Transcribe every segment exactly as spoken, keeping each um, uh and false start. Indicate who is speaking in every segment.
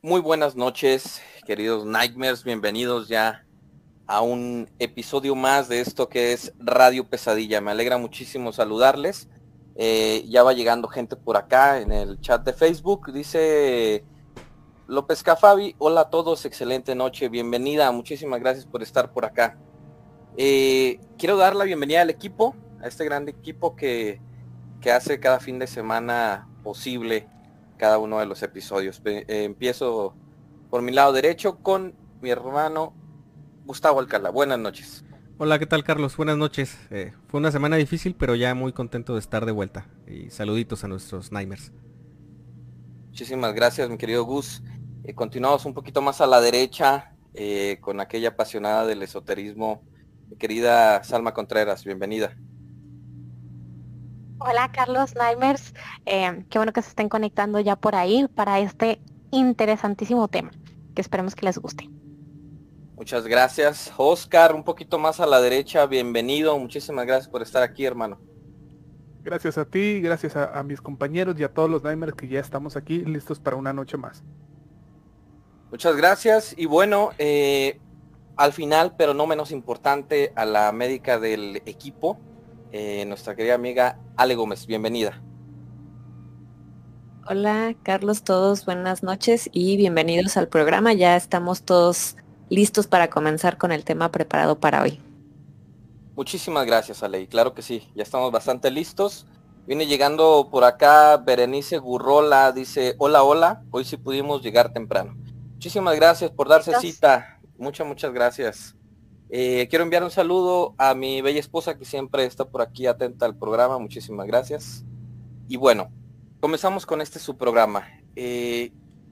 Speaker 1: Muy buenas noches, queridos Nightmares, bienvenidos ya a un episodio más de esto que es Radio Pesadilla. Me alegra muchísimo saludarles. Eh, ya va llegando gente por acá en el chat de Facebook. Dice López Cafabi, hola a todos, excelente noche, bienvenida, muchísimas gracias por estar por acá. Eh, quiero dar la bienvenida al equipo, a este gran equipo que, que hace cada fin de semana posible cada uno de los episodios. Eh, empiezo por mi lado derecho con mi hermano Gustavo Alcalá. Buenas noches.
Speaker 2: Hola, ¿qué tal, Carlos? Buenas noches. Eh, fue una semana difícil, pero ya muy contento de estar de vuelta. Y saluditos a nuestros Nightmares.
Speaker 1: Muchísimas gracias, mi querido Gus. Eh, continuamos un poquito más a la derecha eh, con aquella apasionada del esoterismo. Mi querida Salma Contreras, bienvenida.
Speaker 3: Hola Carlos Nightmares, eh, qué bueno que se estén conectando ya por ahí para este interesantísimo tema, que esperemos que les guste.
Speaker 1: Muchas gracias. Oscar, un poquito más a la derecha, bienvenido. Muchísimas gracias por estar aquí, hermano.
Speaker 4: Gracias a ti, gracias a, a mis compañeros y a todos los Nightmares que ya estamos aquí listos para una noche más.
Speaker 1: Muchas gracias. Y bueno, eh, al final, pero no menos importante, a la médica del equipo, eh, nuestra querida amiga Ale Gómez, bienvenida.
Speaker 5: Hola Carlos, todos buenas noches y bienvenidos al programa. Ya estamos todos listos para comenzar con el tema preparado para hoy.
Speaker 1: Muchísimas gracias, Ale, y claro que sí, ya estamos bastante listos. Viene llegando por acá Berenice Gurrola, dice, hola, hola, hoy sí pudimos llegar temprano. Muchísimas gracias por darse
Speaker 3: Gracias.
Speaker 1: cita, muchas, muchas gracias. Eh, quiero enviar un saludo a mi bella esposa que siempre está por aquí atenta al programa, muchísimas gracias. Y bueno, comenzamos con este su programa. Eh,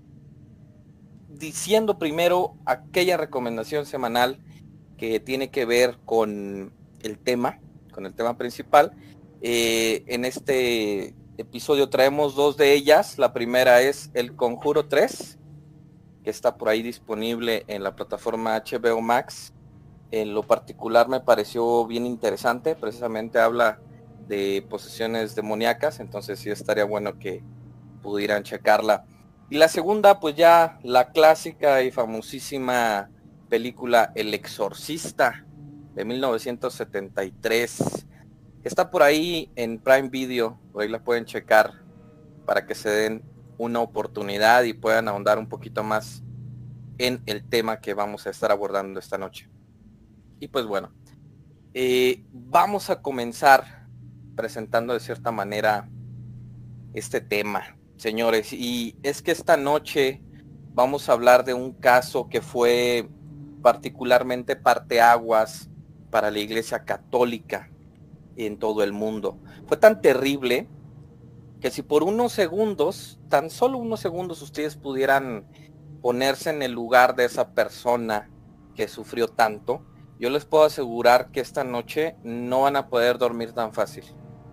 Speaker 1: diciendo primero aquella recomendación semanal que tiene que ver con el tema, con el tema principal. Eh, en este episodio traemos dos de ellas. La primera es El Conjuro tres, que está por ahí disponible en la plataforma H B O Max. En lo particular me pareció bien interesante, precisamente habla de posesiones demoníacas, entonces sí estaría bueno que pudieran checarla. Y la segunda, pues ya la clásica y famosísima película El Exorcista de mil novecientos setenta y tres. Está por ahí en Prime Video, por ahí la pueden checar para que se den una oportunidad y puedan ahondar un poquito más en el tema que vamos a estar abordando esta noche. Y pues bueno, eh, vamos a comenzar presentando de cierta manera este tema, señores, y es que esta noche vamos a hablar de un caso que fue particularmente parteaguas para la Iglesia Católica en todo el mundo. Fue tan terrible que si por unos segundos, tan solo unos segundos, ustedes pudieran ponerse en el lugar de esa persona que sufrió tanto, yo les puedo asegurar que esta noche no van a poder dormir tan fácil.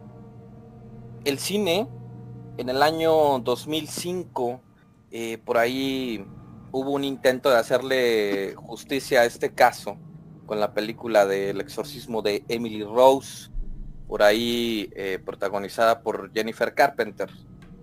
Speaker 1: El cine, en el año dos mil cinco, eh, por ahí hubo un intento de hacerle justicia a este caso con la película del exorcismo de Emily Rose, por ahí eh, protagonizada por Jennifer Carpenter.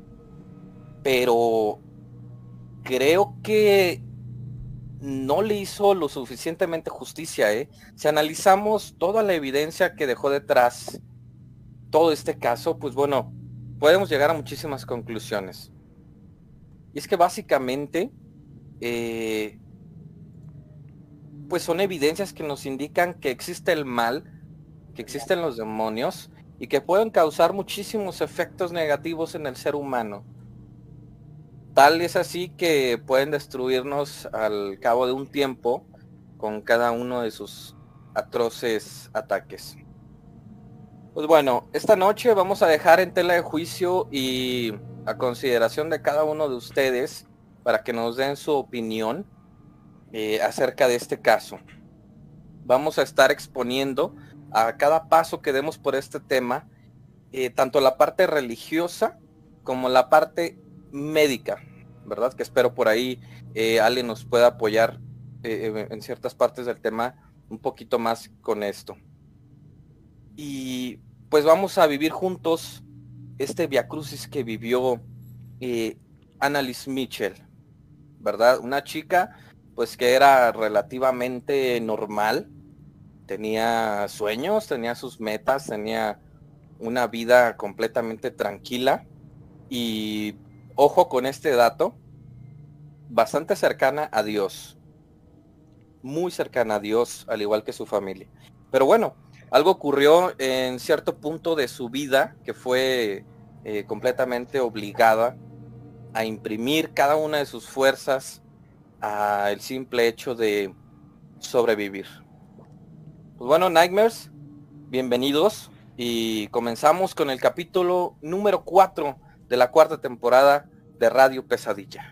Speaker 1: Pero creo que no le hizo lo suficientemente justicia, ¿eh? Si analizamos toda la evidencia que dejó detrás todo este caso, pues bueno, podemos llegar a muchísimas conclusiones. Y es que básicamente, eh, pues son evidencias que nos indican que existe el mal, que existen los demonios y que pueden causar muchísimos efectos negativos en el ser humano. Tal es así que pueden destruirnos al cabo de un tiempo con cada uno de sus atroces ataques. Pues bueno, esta noche vamos a dejar en tela de juicio y a consideración de cada uno de ustedes para que nos den su opinión eh, acerca de este caso. Vamos a estar exponiendo a cada paso que demos por este tema, eh, tanto la parte religiosa como la parte médica, ¿verdad? Que espero por ahí eh, alguien nos pueda apoyar eh, en ciertas partes del tema un poquito más con esto. Y pues vamos a vivir juntos este viacrucis que vivió eh, Annalise Mitchell. ¿verdad? Una chica pues que era relativamente normal, tenía sueños, tenía sus metas, tenía una vida completamente tranquila y ojo con este dato, bastante cercana a Dios, muy cercana a Dios, al igual que su familia. Pero bueno, algo ocurrió en cierto punto de su vida que fue eh, completamente obligada a imprimir cada una de sus fuerzas al simple hecho de sobrevivir. Pues bueno, Nightmares, bienvenidos y comenzamos con el capítulo número cuatro de la cuarta temporada de Radio Pesadilla.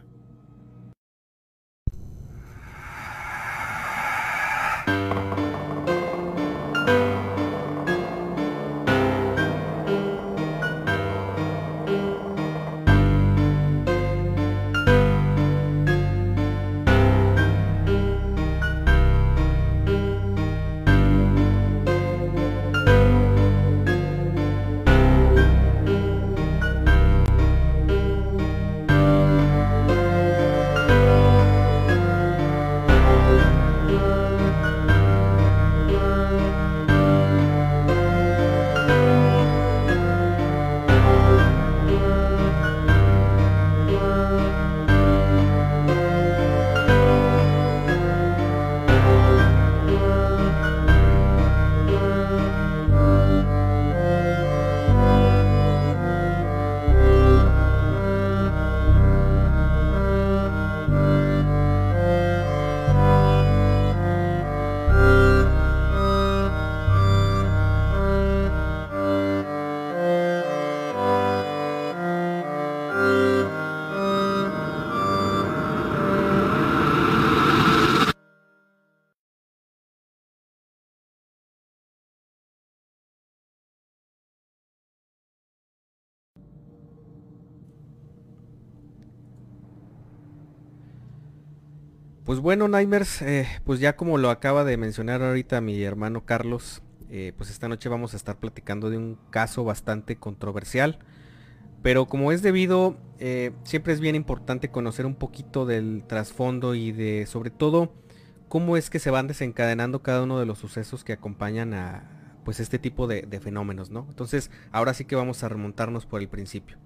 Speaker 2: Pues bueno, Nightmares, eh, pues ya como lo acaba de mencionar ahorita mi hermano Carlos, eh, pues esta noche vamos a estar platicando de un caso bastante controversial, pero como es debido, eh, siempre es bien importante conocer un poquito del trasfondo y de, sobre todo, cómo es que se van desencadenando cada uno de los sucesos que acompañan a, pues, este tipo de, de fenómenos, ¿no? Entonces, ahora sí que vamos a remontarnos por el principio.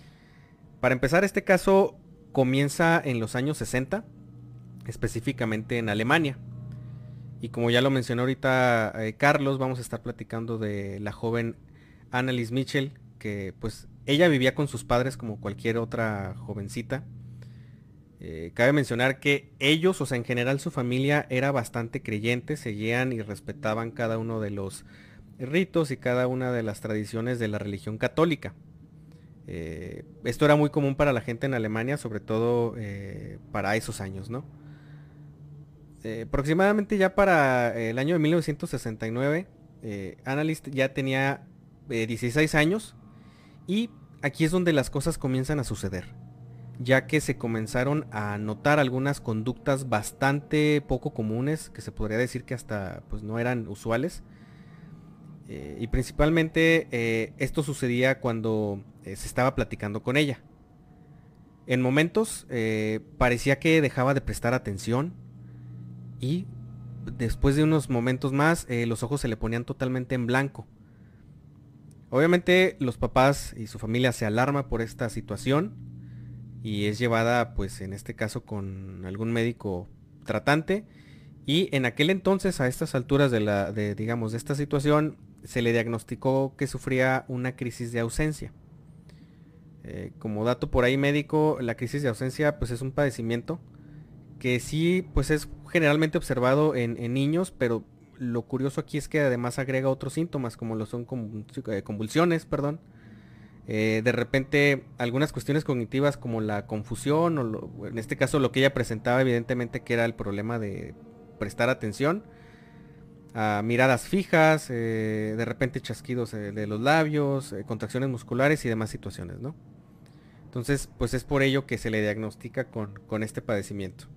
Speaker 2: Para empezar, este caso comienza en los años sesenta, específicamente en Alemania. Y como ya lo mencionó ahorita eh, Carlos, vamos a estar platicando de la joven Annelies Michel, que pues ella vivía con sus padres como cualquier otra jovencita. Eh, cabe mencionar que ellos, o sea, en general su familia era bastante creyente, seguían y respetaban cada uno de los ritos y cada una de las tradiciones de la religión católica. Eh, esto era muy común para la gente en Alemania, sobre todo eh, para esos años, ¿no? Eh, aproximadamente ya para el año de mil novecientos sesenta y nueve, eh, Annelies ya tenía eh, dieciséis años y aquí es donde las cosas comienzan a suceder, ya que se comenzaron a notar algunas conductas bastante poco comunes, que se podría decir que hasta pues no eran usuales, eh, y principalmente eh, esto sucedía cuando eh, se estaba platicando con ella. En momentos eh, parecía que dejaba de prestar atención y después de unos momentos más eh, los ojos se le ponían totalmente en blanco. Obviamente los papás y su familia se alarma por esta situación y es llevada pues en este caso con algún médico tratante, y en aquel entonces, a estas alturas de la de digamos de esta situación, se le diagnosticó que sufría una crisis de ausencia. Eh, como dato por ahí médico, la crisis de ausencia pues es un padecimiento que sí pues es generalmente observado en, en niños, pero lo curioso aquí es que además agrega otros síntomas como lo son convulsiones, perdón, eh, de repente algunas cuestiones cognitivas como la confusión, o lo, en este caso lo que ella presentaba evidentemente que era el problema de prestar atención, a miradas fijas, eh, de repente chasquidos eh, de los labios, eh, contracciones musculares y demás situaciones, ¿no? Entonces pues es por ello que se le diagnostica con, con este padecimiento.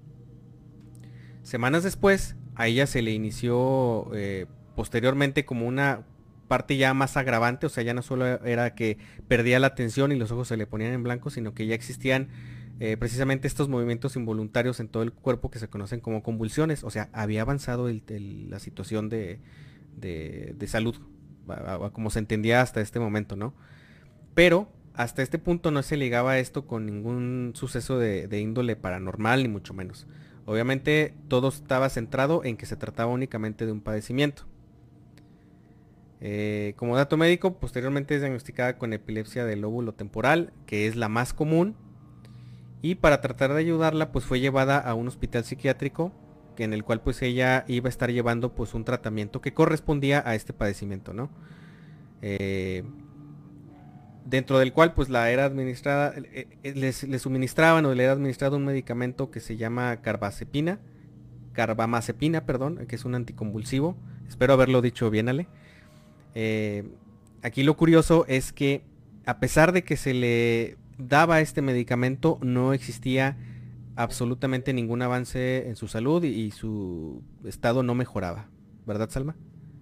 Speaker 2: Semanas después, a ella se le inició eh, posteriormente como una parte ya más agravante, o sea, ya no solo era que perdía la atención y los ojos se le ponían en blanco, sino que ya existían eh, precisamente estos movimientos involuntarios en todo el cuerpo que se conocen como convulsiones. O sea, había avanzado el, el, la situación de, de, de salud, a, a, como se entendía hasta este momento, ¿no? Pero hasta este punto no se ligaba esto con ningún suceso de, de índole paranormal, ni mucho menos. Obviamente todo estaba centrado en que se trataba únicamente de un padecimiento. Eh, como dato médico, posteriormente es diagnosticada con epilepsia del lóbulo temporal, que es la más común. Y para tratar de ayudarla, pues fue llevada a un hospital psiquiátrico, en el cual pues ella iba a estar llevando pues un tratamiento que correspondía a este padecimiento, ¿no? Eh, dentro del cual pues la era administrada, eh, eh, les, les suministraban o le era administrado un medicamento que se llama carbazepina, carbamazepina, perdón, que es un anticonvulsivo. Espero haberlo dicho bien, Ale. Eh, aquí lo curioso es que a pesar de que se le daba este medicamento, no existía absolutamente ningún avance en su salud y, y su estado no mejoraba, ¿verdad, Salma?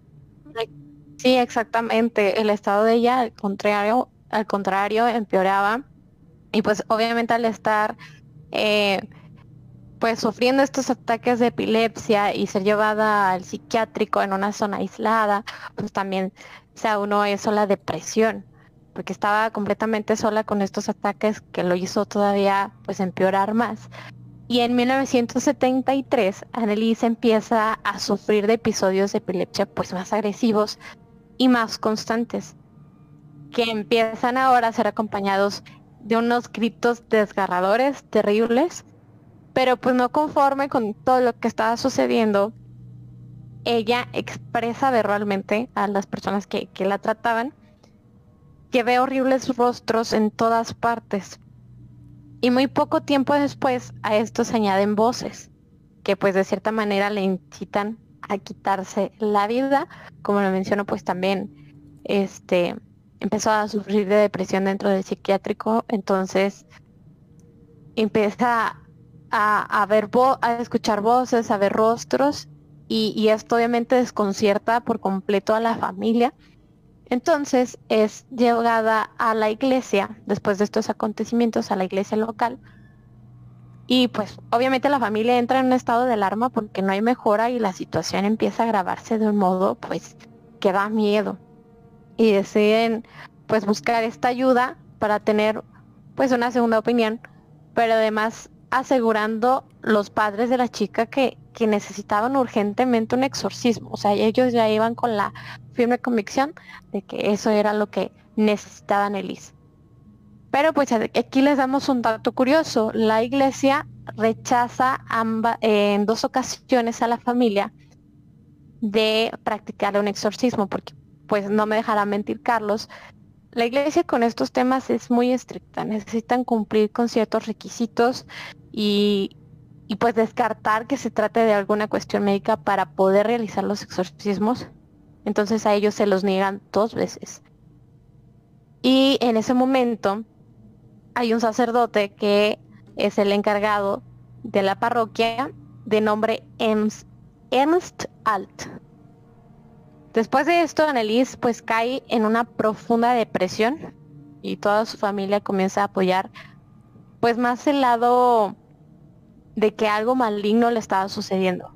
Speaker 3: Sí, exactamente. El estado de ella, al contrario, al contrario, empeoraba. Y pues obviamente al estar eh, pues sufriendo estos ataques de epilepsia y ser llevada al psiquiátrico en una zona aislada, pues también se aunó eso la depresión, porque estaba completamente sola con estos ataques que lo hizo todavía pues empeorar más. Y en mil novecientos setenta y tres, Anneliese empieza a sufrir de episodios de epilepsia pues más agresivos y más constantes, que empiezan ahora a ser acompañados de unos gritos desgarradores, terribles. Pero pues no conforme con todo lo que estaba sucediendo, ella expresa verbalmente a las personas que, que la trataban que ve horribles rostros en todas partes. Y muy poco tiempo después a esto se añaden voces que pues de cierta manera le incitan a quitarse la vida. Como lo menciono, pues también este, empezó a sufrir de depresión dentro del psiquiátrico, entonces empieza a, a ver vo a escuchar voces, a ver rostros, y, y esto obviamente desconcierta por completo a la familia. Entonces es llevada a la iglesia, después de estos acontecimientos, a la iglesia local, y pues obviamente la familia entra en un estado de alarma porque no hay mejora y la situación empieza a agravarse de un modo pues que da miedo, y deciden pues buscar esta ayuda para tener pues una segunda opinión, pero además asegurando los padres de la chica que, que necesitaban urgentemente un exorcismo. O sea, ellos ya iban con la firme convicción de que eso era lo que necesitaba Anneliese. Pero pues aquí les damos un dato curioso. La iglesia rechaza amba, eh, en dos ocasiones a la familia de practicar un exorcismo, porque pues no me dejará mentir Carlos, la iglesia con estos temas es muy estricta, necesitan cumplir con ciertos requisitos y, y pues descartar que se trate de alguna cuestión médica para poder realizar los exorcismos. Entonces a ellos se los niegan dos veces. Y en ese momento hay un sacerdote que es el encargado de la parroquia, de nombre Ernst, Ernst Alt. Después de esto, Anneliese pues cae en una profunda depresión y toda su familia comienza a apoyar pues más el lado de que algo maligno le estaba sucediendo.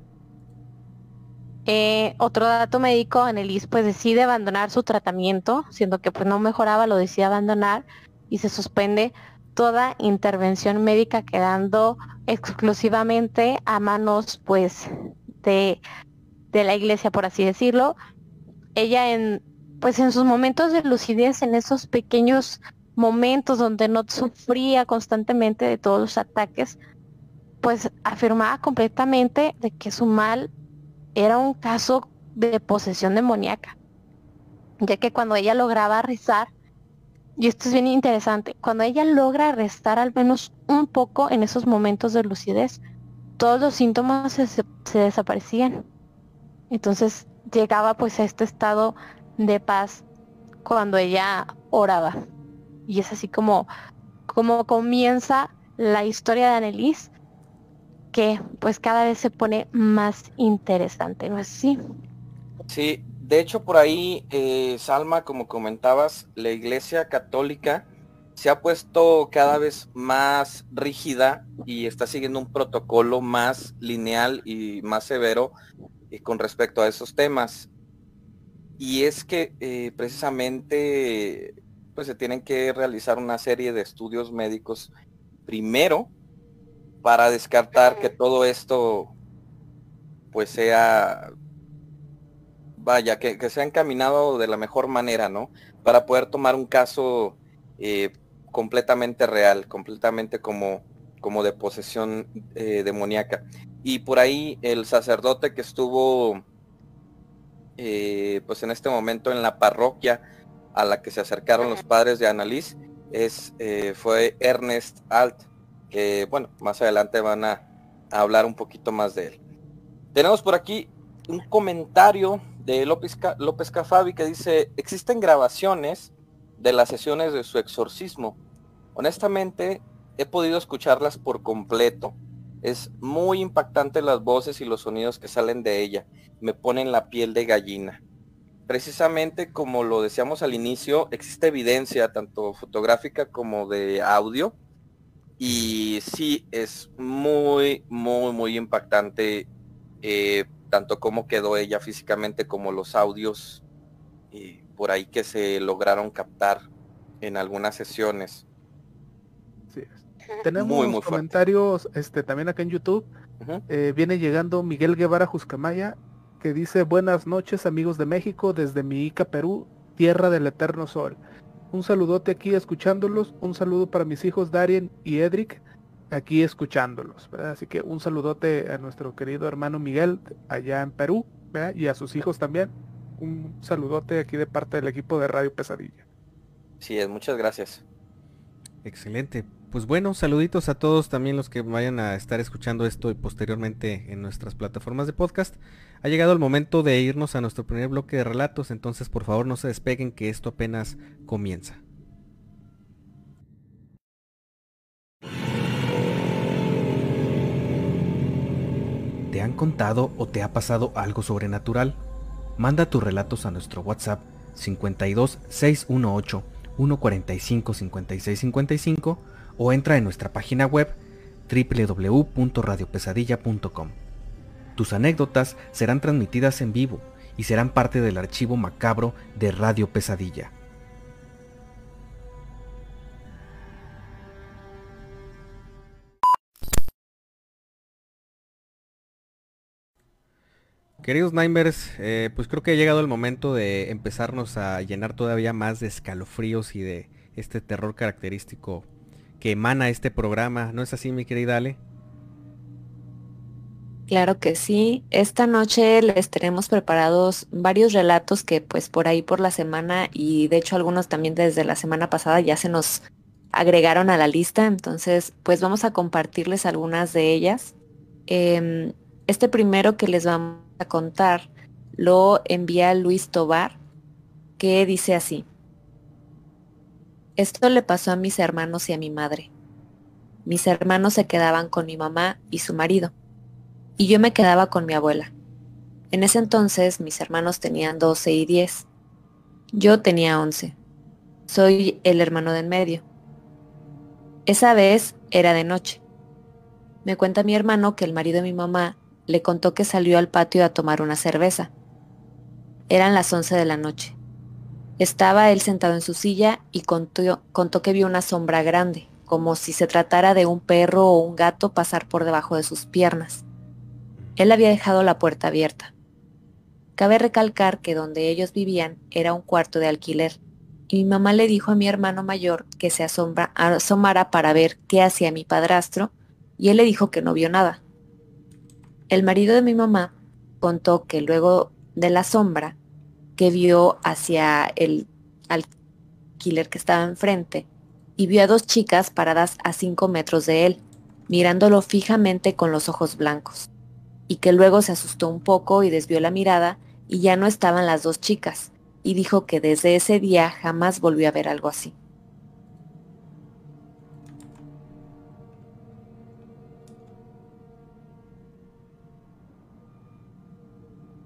Speaker 3: Eh, otro dato médico, Anneliese pues decide abandonar su tratamiento, siendo que pues no mejoraba, lo decide abandonar y se suspende toda intervención médica, quedando exclusivamente a manos pues de de la iglesia, por así decirlo. Ella en pues en sus momentos de lucidez, en esos pequeños momentos donde no sufría constantemente de todos los ataques, pues afirmaba completamente de que su mal era un caso de posesión demoníaca, ya que cuando ella lograba rezar, y esto es bien interesante, cuando ella logra rezar al menos un poco en esos momentos de lucidez, todos los síntomas se, se desaparecían. Entonces llegaba pues a este estado de paz cuando ella oraba. Y es así como, como comienza la historia de Anneliese, que pues cada vez se pone más interesante, ¿no es así?
Speaker 1: Sí, de hecho por ahí, eh, Salma, como comentabas, la Iglesia Católica se ha puesto cada vez más rígida y está siguiendo un protocolo más lineal y más severo eh, con respecto a esos temas. Y es que eh, precisamente pues se tienen que realizar una serie de estudios médicos primero para descartar que todo esto pues sea, vaya, que, que sea encaminado de la mejor manera, ¿no? Para poder tomar un caso eh, completamente real, completamente como, como de posesión eh, demoníaca. Y por ahí el sacerdote que estuvo eh, pues en este momento en la parroquia a la que se acercaron los padres de Annalise es, eh, fue Ernest Alt, que bueno, más adelante van a, a hablar un poquito más de él. Tenemos por aquí un comentario de López, López Cafabi que dice: existen grabaciones de las sesiones de su exorcismo. Honestamente, he podido escucharlas por completo. Es muy impactante las voces y los sonidos que salen de ella. Me ponen la piel de gallina. Precisamente como lo decíamos al inicio, existe evidencia tanto fotográfica como de audio. Y sí, es muy, muy, muy impactante eh, tanto cómo quedó ella físicamente como los audios eh, por ahí que se lograron captar en algunas sesiones.
Speaker 4: Sí es. Tenemos
Speaker 1: Muy, muy fuerte.
Speaker 4: comentarios este, también acá en YouTube.
Speaker 1: Uh-huh.
Speaker 4: Eh, viene llegando Miguel Guevara Juscamaya, que dice: buenas noches amigos de México, desde mi Ica, Perú, tierra del eterno sol. Un saludote aquí escuchándolos, un saludo para mis hijos Darien y Edric, aquí escuchándolos, ¿verdad? Así que un saludote a nuestro querido hermano Miguel allá en Perú, ¿verdad? Y a sus hijos también. Un saludote aquí de parte del equipo de Radio Pesadilla.
Speaker 1: Sí, es, muchas gracias.
Speaker 2: Excelente. Pues bueno, saluditos a todos también los que vayan a estar escuchando esto y posteriormente en nuestras plataformas de podcast. Ha llegado el momento de irnos a nuestro primer bloque de relatos, entonces por favor no se despeguen que esto apenas comienza. ¿Te han contado o te ha pasado algo sobrenatural? Manda tus relatos a nuestro WhatsApp cincuenta y dos, seiscientos dieciocho, ciento cuarenta y cinco, cincuenta y seis cincuenta y cinco o entra en nuestra página web doble u doble u doble u punto radio pesadilla punto com. Tus anécdotas serán transmitidas en vivo y serán parte del archivo macabro de Radio Pesadilla. Queridos Nightmares, eh, pues creo que ha llegado el momento de empezarnos a llenar todavía más de escalofríos y de este terror característico que emana este programa. ¿No es así, mi querida Ale?
Speaker 5: Claro que sí. Esta noche les tenemos preparados varios relatos que pues por ahí por la semana y de hecho algunos también desde la semana pasada ya se nos agregaron a la lista. Entonces pues vamos a compartirles algunas de ellas. Eh, este primero que les vamos a contar lo envía Luis Tobar, que dice así: esto le pasó a mis hermanos y a mi madre. Mis hermanos se quedaban con mi mamá y su marido, y yo me quedaba con mi abuela. En ese entonces mis hermanos tenían doce y diez. Yo tenía once. Soy el hermano de en medio. Esa vez era de noche. Me cuenta mi hermano que el marido de mi mamá le contó que salió al patio a tomar una cerveza. Eran las once de la noche. Estaba él sentado en su silla y contó, contó que vio una sombra grande, como si se tratara de un perro o un gato pasar por debajo de sus piernas. Él había dejado la puerta abierta. Cabe recalcar que donde ellos vivían era un cuarto de alquiler, y mi mamá le dijo a mi hermano mayor que se asombra, asomara para ver qué hacía mi padrastro, y él le dijo que no vio nada. El marido de mi mamá contó que luego de la sombra que vio hacia el alquiler que estaba enfrente, y vio a dos chicas paradas a cinco metros de él, mirándolo fijamente con los ojos blancos, y que luego se asustó un poco y desvió la mirada y ya no estaban las dos chicas, y dijo que desde ese día jamás volvió a ver algo así.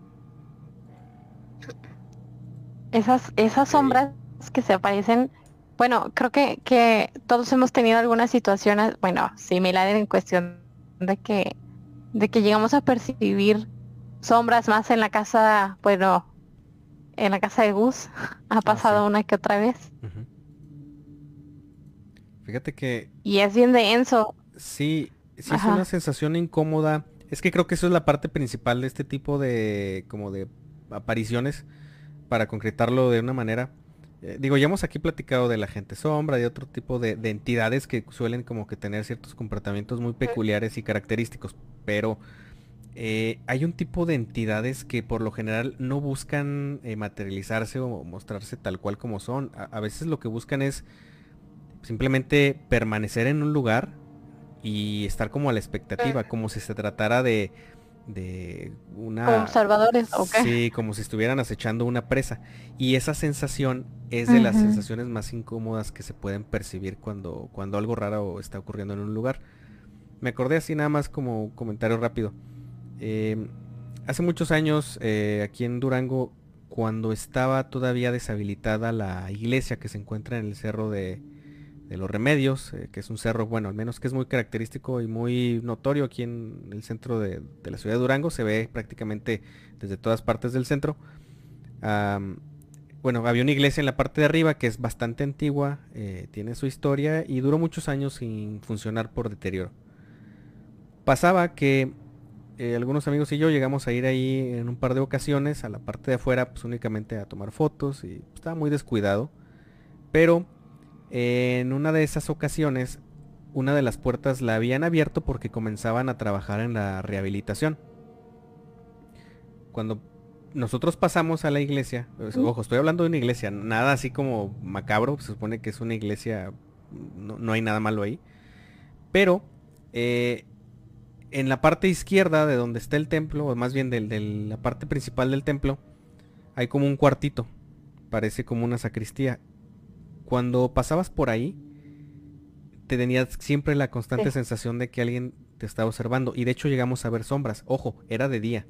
Speaker 3: Esas, esas sombras que se aparecen Bueno, creo que, que todos hemos tenido algunas situaciones, bueno, similares en cuestión de que, de que llegamos a percibir sombras más en la casa, bueno, en la casa de Gus. Ha
Speaker 2: Ah,
Speaker 3: pasado
Speaker 2: sí.
Speaker 3: una que otra vez.
Speaker 2: Ujú. Fíjate que
Speaker 3: Y es bien denso.
Speaker 2: sí, sí es una
Speaker 3: Ajá.
Speaker 2: sensación incómoda. Es que creo que eso es la parte principal de este tipo de, como de apariciones, para concretarlo de una manera. Eh, digo, ya hemos aquí platicado de la gente sombra, de otro tipo de, de entidades que suelen como que tener ciertos comportamientos muy peculiares y característicos, pero eh, hay un tipo de entidades que por lo general no buscan eh, materializarse o mostrarse tal cual como son. A, a veces lo que buscan es simplemente permanecer en un lugar y estar como a la expectativa, como si se tratara de, de una...
Speaker 3: Observadores, ¿o qué?
Speaker 2: Sí, como si estuvieran acechando una presa. Y esa sensación es de las
Speaker 3: Ujú.
Speaker 2: sensaciones más incómodas que se pueden percibir cuando, cuando algo raro está ocurriendo en un lugar. Me acordé así nada más como comentario rápido. Eh, Hace muchos años, eh, aquí en Durango, cuando estaba todavía deshabilitada la iglesia que se encuentra en el cerro de, de los Remedios, eh, que es un cerro, bueno, al menos que es muy característico y muy notorio aquí en el centro de, de la ciudad de Durango, se ve prácticamente desde todas partes del centro. Am, bueno, había una iglesia en la parte de arriba que es bastante antigua, eh, tiene su historia y duró muchos años sin funcionar por deterioro. Pasaba que eh, algunos amigos y yo llegamos a ir ahí en un par de ocasiones a la parte de afuera, pues únicamente a tomar fotos y estaba muy descuidado, pero en una de esas ocasiones, una de las puertas la habían abierto porque comenzaban a trabajar en la rehabilitación. Cuando nosotros pasamos a la iglesia, pues,
Speaker 3: Mm.
Speaker 2: ojo, estoy hablando de una iglesia, nada así como macabro, se supone que es una iglesia, no, no hay nada malo ahí, pero eh, en la parte izquierda de donde está el templo, o más bien de, de la parte principal del templo, hay como un cuartito, parece como una sacristía. Cuando pasabas por ahí, te tenías siempre la constante
Speaker 3: Sí.
Speaker 2: sensación de que alguien te estaba observando. Y de hecho llegamos a ver sombras. Ojo, era de día.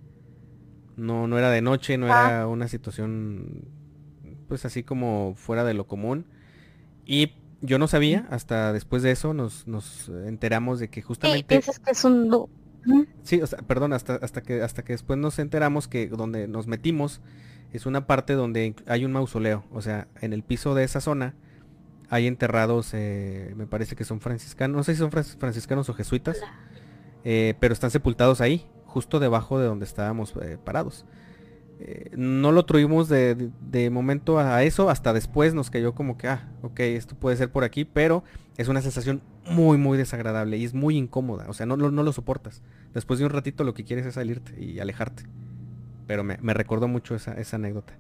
Speaker 2: No, no era de noche, no
Speaker 3: Ah,
Speaker 2: era una situación pues así como fuera de lo común. Y yo no sabía, hasta después de eso nos, nos enteramos de que
Speaker 3: sí,
Speaker 2: justamente,
Speaker 3: piensas que es un... lu- Ujú.
Speaker 2: sí, o sea, perdón, hasta, hasta que, hasta que después nos enteramos que donde nos metimos es una parte donde hay un mausoleo. O sea, en el piso de esa zona hay enterrados, eh, me parece que son franciscanos, no sé si son fran- franciscanos o jesuitas, eh, pero están sepultados ahí, justo debajo de donde estábamos eh, parados. Eh, no lo tuvimos de, de, de momento a eso, hasta después nos cayó como que, ah, ok, esto puede ser por aquí, pero es una sensación muy, muy desagradable y es muy incómoda, o sea, no, no, no lo soportas. Después de un ratito lo que quieres es salirte y alejarte, pero me, me recordó mucho esa, esa anécdota.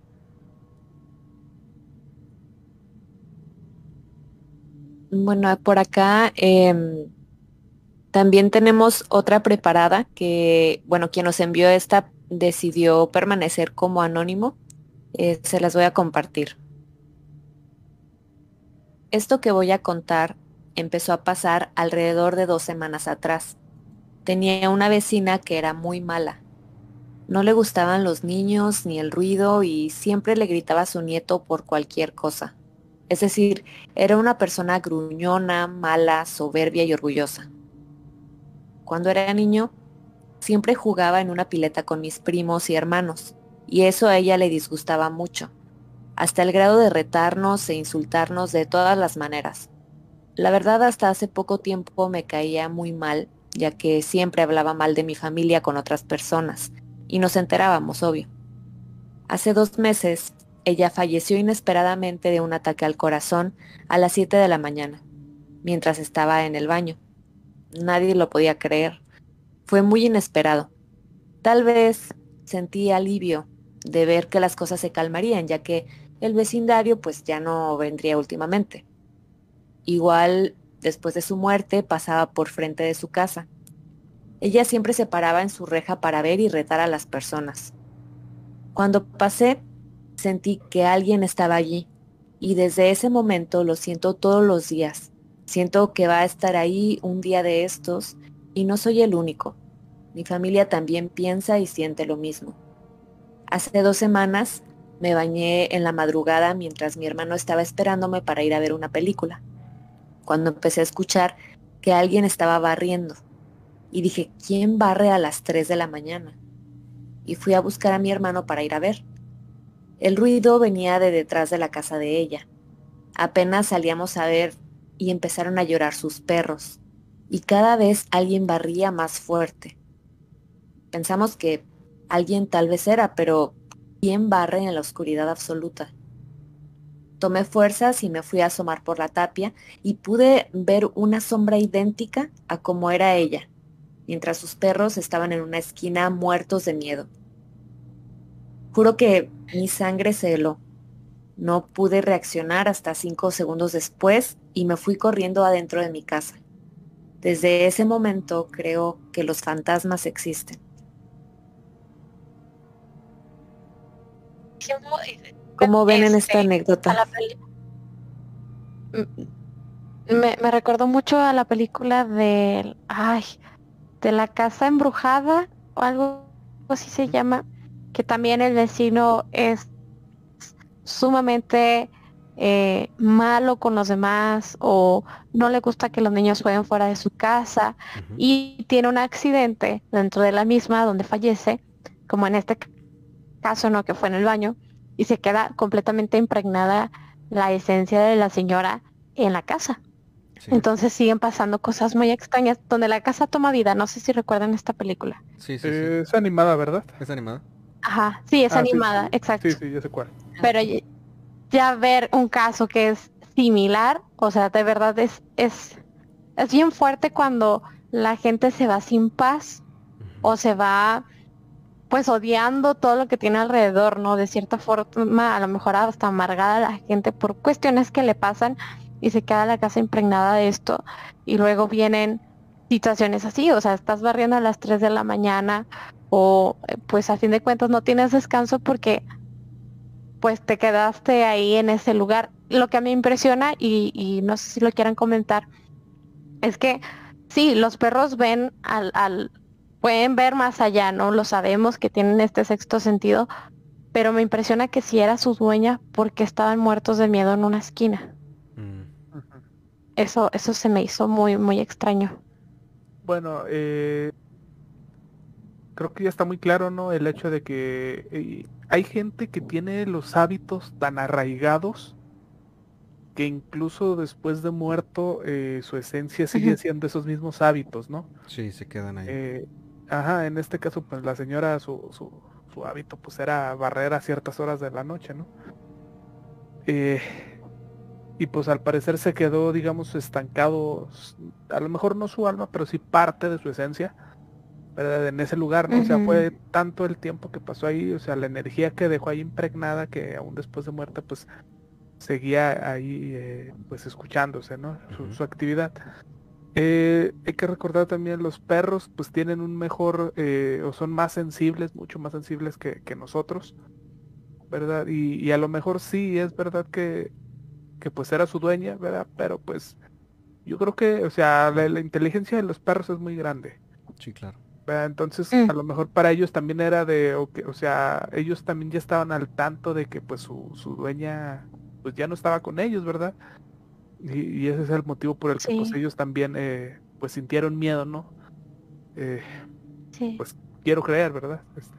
Speaker 5: Bueno, por acá em, también tenemos otra preparada que, bueno, quien nos envió esta decidió permanecer como anónimo. Eh, se las voy a compartir. Esto que voy a contar empezó a pasar alrededor de dos semanas atrás. Tenía una vecina que era muy mala. No le gustaban los niños ni el ruido y siempre le gritaba a su nieto por cualquier cosa. Es decir, era una persona gruñona, mala, soberbia y orgullosa. Cuando era niño, siempre jugaba en una pileta con mis primos y hermanos, y eso a ella le disgustaba mucho, hasta el grado de retarnos e insultarnos de todas las maneras. La verdad, hasta hace poco tiempo me caía muy mal, ya que siempre hablaba mal de mi familia con otras personas, y nos enterábamos, obvio. Hace dos meses, ella falleció inesperadamente de un ataque al corazón a las siete de la mañana, mientras estaba en el baño. Nadie lo podía creer. Fue muy inesperado. Tal vez sentí alivio de ver que las cosas se calmarían, ya que el vecindario pues ya no vendría últimamente. Igual, después de su muerte, pasaba por frente de su casa. Ella siempre se paraba en su reja para ver y retar a las personas. Cuando pasé, sentí que alguien estaba allí, y desde ese momento lo siento todos los días. Siento que va a estar ahí un día de estos, y no soy el único. Mi familia también piensa y siente lo mismo. Hace dos semanas Me bañé en la madrugada mientras mi hermano estaba esperándome para ir a ver una película, cuando empecé a escuchar que alguien estaba barriendo. Y dije, ¿quién barre a las tres de la mañana? Y fui a buscar a mi hermano para ir a ver. El ruido venía de detrás de la casa de ella. Apenas salíamos a ver y empezaron a llorar sus perros. Y cada vez alguien barría más fuerte. Pensamos que alguien tal vez era, pero ¿quién barre en la oscuridad absoluta? Tomé fuerzas y me fui a asomar por la tapia y pude ver una sombra idéntica a como era ella, mientras sus perros estaban en una esquina muertos de miedo. Juro que mi sangre se heló. No pude reaccionar hasta cinco segundos después y me fui corriendo adentro de mi casa. Desde ese momento creo que los fantasmas existen. ¿Cómo ven en esta
Speaker 3: Este,
Speaker 5: anécdota?
Speaker 3: a la peli- M- me, me recordó mucho a la película de, ay, de la casa embrujada o algo así se llama, que también el vecino es sumamente eh, malo con los demás o no le gusta que los niños jueguen fuera de su casa
Speaker 2: Ujú.
Speaker 3: y tiene un accidente dentro de la misma donde fallece, como en este caso, ¿no? Que fue en el baño y se queda completamente impregnada la esencia de la señora en la casa.
Speaker 2: Sí.
Speaker 3: Entonces siguen pasando cosas muy extrañas donde la casa toma vida. No sé si recuerdan esta película.
Speaker 2: Sí, sí, sí.
Speaker 4: Eh, es animada, ¿verdad?
Speaker 2: ¿Es animada?
Speaker 3: Ajá, sí, es
Speaker 4: Ah, sí,
Speaker 3: animada,
Speaker 4: sí.
Speaker 3: exacto.
Speaker 4: Sí, sí, ya sé cuál.
Speaker 3: Pero ya ya ver un caso que es similar, o sea, de verdad es, es, es bien fuerte cuando la gente se va sin paz
Speaker 2: Ujú.
Speaker 3: o se va pues odiando todo lo que tiene alrededor, ¿no? De cierta forma, a lo mejor hasta amargada la gente por cuestiones que le pasan y se queda la casa impregnada de esto y luego vienen situaciones así, o sea, estás barriendo a las tres de la mañana o eh, pues a fin de cuentas no tienes descanso porque pues te quedaste ahí en ese lugar. Lo que a mí me impresiona y, y no sé si lo quieran comentar es que sí, los perros ven al, al, pueden ver más allá, ¿no? Lo sabemos que tienen este sexto sentido, pero me impresiona que si era su dueña porque estaban muertos de miedo en una esquina.
Speaker 2: Mm.
Speaker 4: Ujú.
Speaker 3: Eso, eso se me hizo muy, muy extraño.
Speaker 4: Bueno, eh, creo que ya está muy claro, ¿no? El hecho de que eh, hay gente que tiene los hábitos tan arraigados que incluso después de muerto eh, su esencia sigue
Speaker 3: Ujú.
Speaker 4: siendo esos mismos hábitos, ¿no?
Speaker 2: Sí, se quedan ahí.
Speaker 4: Eh, ajá, en este caso, pues la señora, su, su, su hábito pues era barrer a ciertas horas de la noche, ¿no? Eh, y pues al parecer se quedó, digamos, estancado, s- a lo mejor no su alma, pero sí parte de su esencia, ¿verdad? En ese lugar, ¿no? O sea,
Speaker 3: Ujú.
Speaker 4: fue tanto el tiempo que pasó ahí, o sea, la energía que dejó ahí impregnada que aún después de muerta, pues seguía ahí, eh, pues escuchándose, ¿no? Su,
Speaker 2: Ujú.
Speaker 4: su actividad. Eh, hay que recordar también los perros, pues tienen un mejor, eh, o son más sensibles, mucho más sensibles que, que nosotros, ¿verdad? Y, y a lo mejor sí, es verdad que, que pues era su dueña, ¿verdad? Pero pues yo creo que, o sea, la, la inteligencia de los perros es muy grande,
Speaker 2: Sí, claro.
Speaker 4: ¿verdad? Entonces,
Speaker 3: Mm.
Speaker 4: a lo mejor para ellos también era de, o, que- o sea, ellos también ya estaban al tanto de que pues su, su dueña, pues ya no estaba con ellos, ¿verdad? Y, y ese es el motivo por el que pues
Speaker 3: Sí,
Speaker 4: ellos también, eh, pues sintieron miedo, ¿no? Eh,
Speaker 3: sí.
Speaker 4: pues quiero creer, ¿verdad? Este,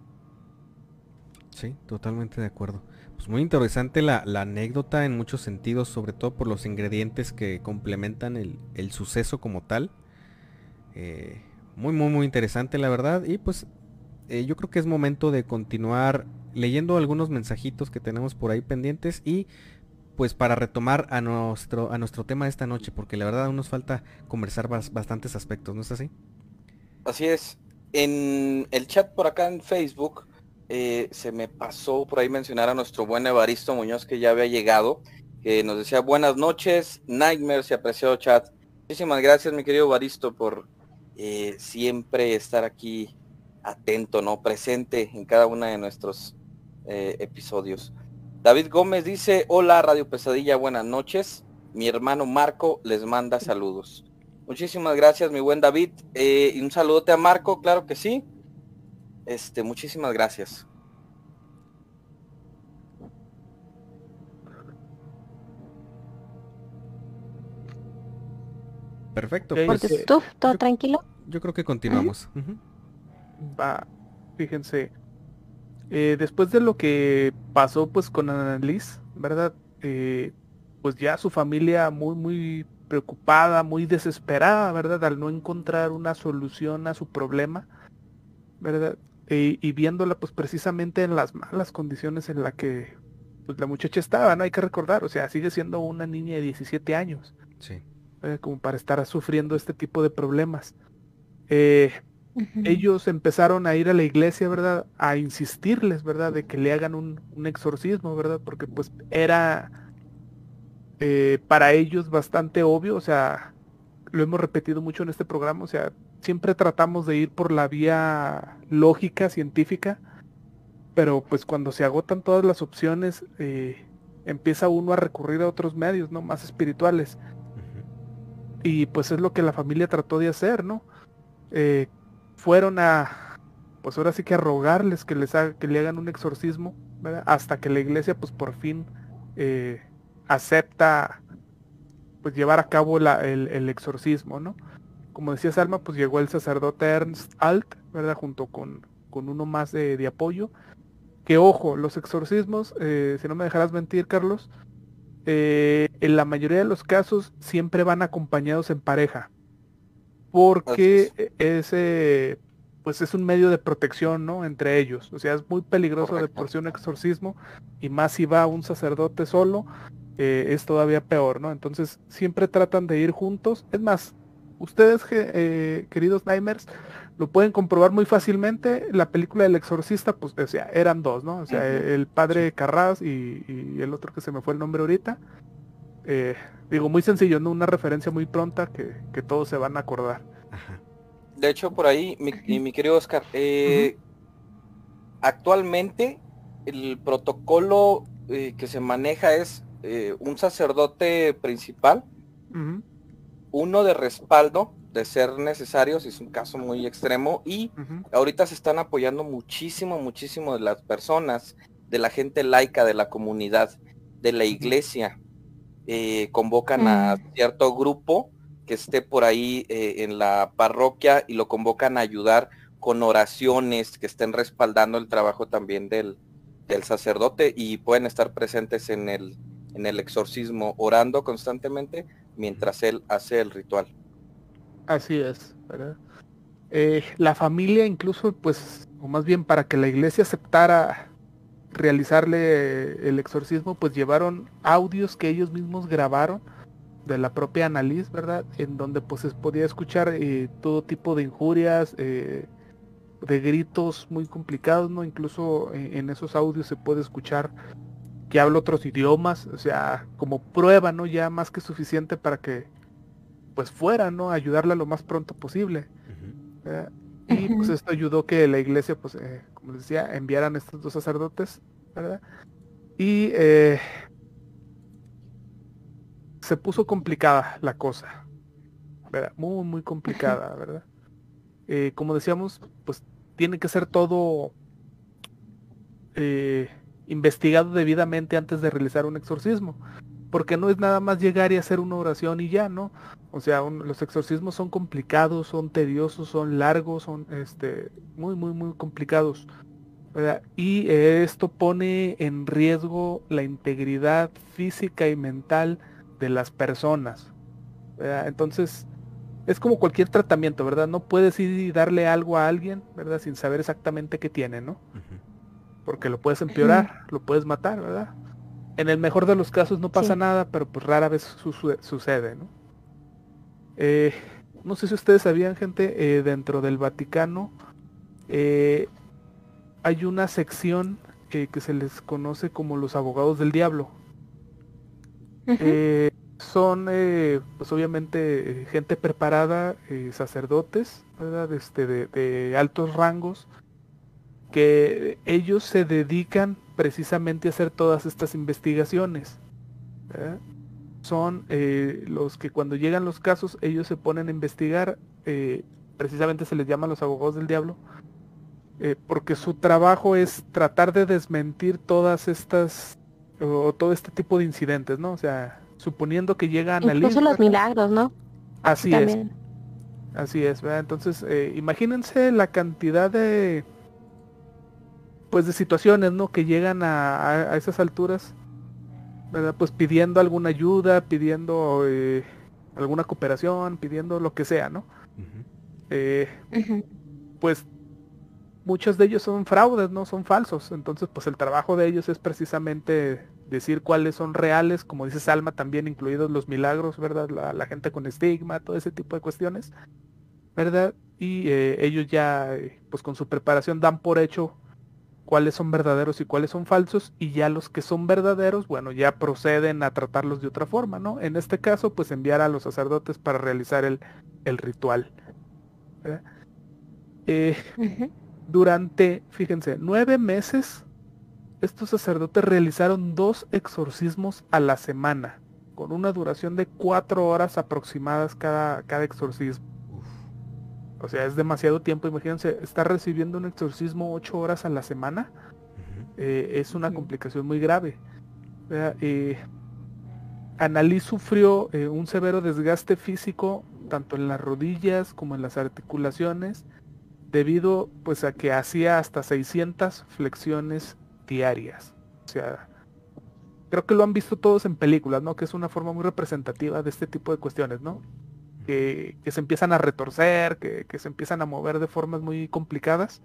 Speaker 2: Sí, totalmente de acuerdo. Pues muy interesante la, la anécdota en muchos sentidos, sobre todo por los ingredientes que complementan el, el suceso como tal. Eh, muy, muy, muy interesante la verdad. Y pues eh, yo creo que es momento de continuar leyendo algunos mensajitos que tenemos por ahí pendientes y pues para retomar a nuestro, a nuestro tema de esta noche, porque la verdad aún nos falta conversar bas- bastantes aspectos, ¿no es así?
Speaker 1: Así es. En el chat por acá en Facebook eh, se me pasó por ahí mencionar a nuestro buen Evaristo Muñoz que ya había llegado, que nos decía buenas noches, Nightmares y apreciado chat. Muchísimas gracias mi querido Evaristo por eh, siempre estar aquí atento, ¿no? Presente en cada uno de nuestros eh, episodios. David Gómez dice, hola Radio Pesadilla, buenas noches. Mi hermano Marco les manda saludos. Muchísimas gracias, mi buen David. Eh, y un saludote a Marco, claro que sí. Este, muchísimas gracias.
Speaker 2: Perfecto.
Speaker 4: Ok,
Speaker 2: Pues,
Speaker 3: Porque tú, todo
Speaker 2: yo-
Speaker 3: tranquilo.
Speaker 2: yo creo que continuamos. Ujú.
Speaker 4: Va, fíjense. Eh, después de lo que pasó pues con Annalise, ¿verdad? Eh, pues ya su familia muy, muy preocupada, muy desesperada, ¿verdad? Al no encontrar una solución a su problema, ¿verdad? Eh, y viéndola pues precisamente en las malas condiciones en las que pues la muchacha estaba, ¿no? Hay que recordar, o sea, sigue siendo una niña de diecisiete años,
Speaker 2: Sí.
Speaker 4: ¿verdad? Como para estar sufriendo este tipo de problemas. Eh,
Speaker 3: Ujú.
Speaker 4: ellos empezaron a ir a la iglesia, ¿verdad? A insistirles, ¿verdad? De que le hagan un, un exorcismo, ¿verdad? Porque pues era eh, para ellos bastante obvio, o sea, lo hemos repetido mucho en este programa, o sea, siempre tratamos de ir por la vía lógica, científica, pero pues cuando se agotan todas las opciones, eh, empieza uno a recurrir a otros medios, ¿no? Más espirituales.
Speaker 2: Ujú.
Speaker 4: Y pues es lo que la familia trató de hacer, ¿no? Eh, fueron a, pues ahora sí que a rogarles que les haga, que le hagan un exorcismo, ¿verdad? Hasta que la iglesia pues por fin eh, acepta pues llevar a cabo la- el, el exorcismo, ¿no? Como decía Salma, pues llegó el sacerdote Ernst Alt, ¿verdad? Junto con, con uno más de, de apoyo. Que ojo, los exorcismos, eh, si no me dejarás mentir, Carlos, eh, en la mayoría de los casos siempre van acompañados en pareja,
Speaker 1: Así
Speaker 4: porque
Speaker 1: es,
Speaker 4: e- ese pues es un medio de protección, ¿no? Entre ellos. O sea, es muy peligroso de
Speaker 1: correcto.
Speaker 4: por sí un exorcismo, y más si va un sacerdote solo, eh, es todavía peor, ¿no? Entonces siempre tratan de ir juntos. Es más, ustedes, ge- eh, queridos Nimers, lo pueden comprobar muy fácilmente. La película del exorcista, pues, o sea, eran dos, ¿no? O sea,
Speaker 1: Ujú.
Speaker 4: el padre Carras y, y el otro que se me fue el nombre ahorita. Eh, digo, muy sencillo, ¿no? Una referencia muy pronta que, que todos se van a acordar.
Speaker 2: Ajá.
Speaker 1: De hecho, por ahí, mi, y mi querido Oscar,
Speaker 4: Ujú,
Speaker 1: eh, actualmente el protocolo eh, que se maneja es eh, un sacerdote principal,
Speaker 4: ujú,
Speaker 1: uno de respaldo, de ser necesario, si es un caso muy extremo, y
Speaker 4: ujú,
Speaker 1: ahorita se están apoyando muchísimo, muchísimo de las personas, de la gente laica, de la comunidad, de la
Speaker 4: ujú.
Speaker 1: iglesia. Eh, convocan a
Speaker 3: Mm,
Speaker 1: cierto grupo que esté por ahí eh, en la parroquia y lo convocan a ayudar con oraciones que estén respaldando el trabajo también del, del sacerdote, y pueden estar presentes en el, en el exorcismo, orando constantemente mientras él hace el ritual.
Speaker 4: Así es, ¿verdad? Eh, la familia incluso, pues, o más bien para que la iglesia aceptara realizarle el exorcismo, pues llevaron audios que ellos mismos grabaron de la propia Annalise, ¿verdad? En donde pues se podía escuchar eh, todo tipo de injurias, eh, de gritos muy complicados, ¿no? Incluso eh, en esos audios se puede escuchar que habla otros idiomas, o sea, como prueba, ¿no? Ya más que suficiente para que pues fuera, ¿no? Ayudarla lo más pronto posible.
Speaker 2: Ujú.
Speaker 4: ¿Verdad? Y pues
Speaker 3: ujú.
Speaker 4: esto ayudó que la iglesia, pues, eh, como les decía, enviaran estos dos sacerdotes, ¿verdad? Y eh, se puso complicada la cosa, ¿verdad? Muy, muy complicada, ¿verdad? Eh, como decíamos, pues tiene que ser todo eh, investigado debidamente antes de realizar un exorcismo, porque no es nada más llegar y hacer una oración y ya, ¿no? O sea, un- los exorcismos son complicados, son tediosos, son largos, son este, muy, muy, muy complicados, ¿verdad? Y eh, esto pone en riesgo la integridad física y mental de las personas, ¿verdad? Entonces, es como cualquier tratamiento, ¿verdad? No puedes ir y darle algo a alguien, ¿verdad? Sin saber exactamente qué tiene, ¿no?
Speaker 2: Ujú.
Speaker 4: Porque lo puedes
Speaker 3: Ujú.
Speaker 4: empeorar, lo puedes matar, ¿verdad? En el mejor de los casos no pasa
Speaker 3: Sí.
Speaker 4: nada, pero pues rara vez su- su- sucede, ¿no? Eh, no sé si ustedes sabían, gente, eh, dentro del Vaticano eh, hay una sección eh, que se les conoce como los abogados del diablo.
Speaker 3: Ujú.
Speaker 4: Eh, son, eh, pues obviamente, eh, gente preparada, eh, sacerdotes, ¿verdad? Este, de, de altos rangos, que ellos se dedican precisamente a hacer todas estas investigaciones, ¿verdad? Son eh, los que cuando llegan los casos, ellos se ponen a investigar, eh, precisamente se les llama los abogados del diablo, eh, porque su trabajo es tratar de desmentir todas estas, o todo este tipo de incidentes, ¿no? O sea, suponiendo que llega
Speaker 3: Incluso
Speaker 4: Annalise,
Speaker 3: los
Speaker 4: ¿verdad?
Speaker 3: milagros, ¿no?
Speaker 4: Así
Speaker 3: También.
Speaker 4: es, así es, ¿verdad? Entonces, eh, imagínense la cantidad de, pues, de situaciones, ¿no? Que llegan a, a, a esas alturas, ¿verdad? Pues pidiendo alguna ayuda, pidiendo eh, alguna cooperación, pidiendo lo que sea, ¿no?
Speaker 2: Ujú.
Speaker 4: Eh,
Speaker 3: Ujú.
Speaker 4: pues muchos de ellos son fraudes, ¿no? Son falsos. Entonces, pues el trabajo de ellos es precisamente decir cuáles son reales, como dice Salma, también incluidos los milagros, ¿verdad? La, la gente con estigma, todo ese tipo de cuestiones, ¿verdad? Y eh, ellos ya, eh, pues con su preparación dan por hecho cuáles son verdaderos y cuáles son falsos, y ya los que son verdaderos, bueno, ya proceden a tratarlos de otra forma, ¿no? En este caso, pues enviar a los sacerdotes para realizar el, el ritual, ¿verdad? Eh,
Speaker 3: Ujú.
Speaker 4: durante, fíjense, nueve meses, estos sacerdotes realizaron dos exorcismos a la semana, con una duración de cuatro horas aproximadas cada, cada exorcismo.
Speaker 2: Uf.
Speaker 4: O sea, es demasiado tiempo. Imagínense, estar recibiendo un exorcismo ocho horas a la semana,
Speaker 2: Ujú.
Speaker 4: eh, es una
Speaker 3: Ujú.
Speaker 4: complicación muy grave. ¿Verdad? Eh, Annalise sufrió eh, un severo desgaste físico, tanto en las rodillas como en las articulaciones, debido pues a que hacía hasta seiscientas flexiones diarias. O sea, creo que lo han visto todos en películas, ¿no? Que es una forma muy representativa de este tipo de cuestiones, ¿no? Que, que se empiezan a retorcer, que, que se empiezan a mover de formas muy complicadas.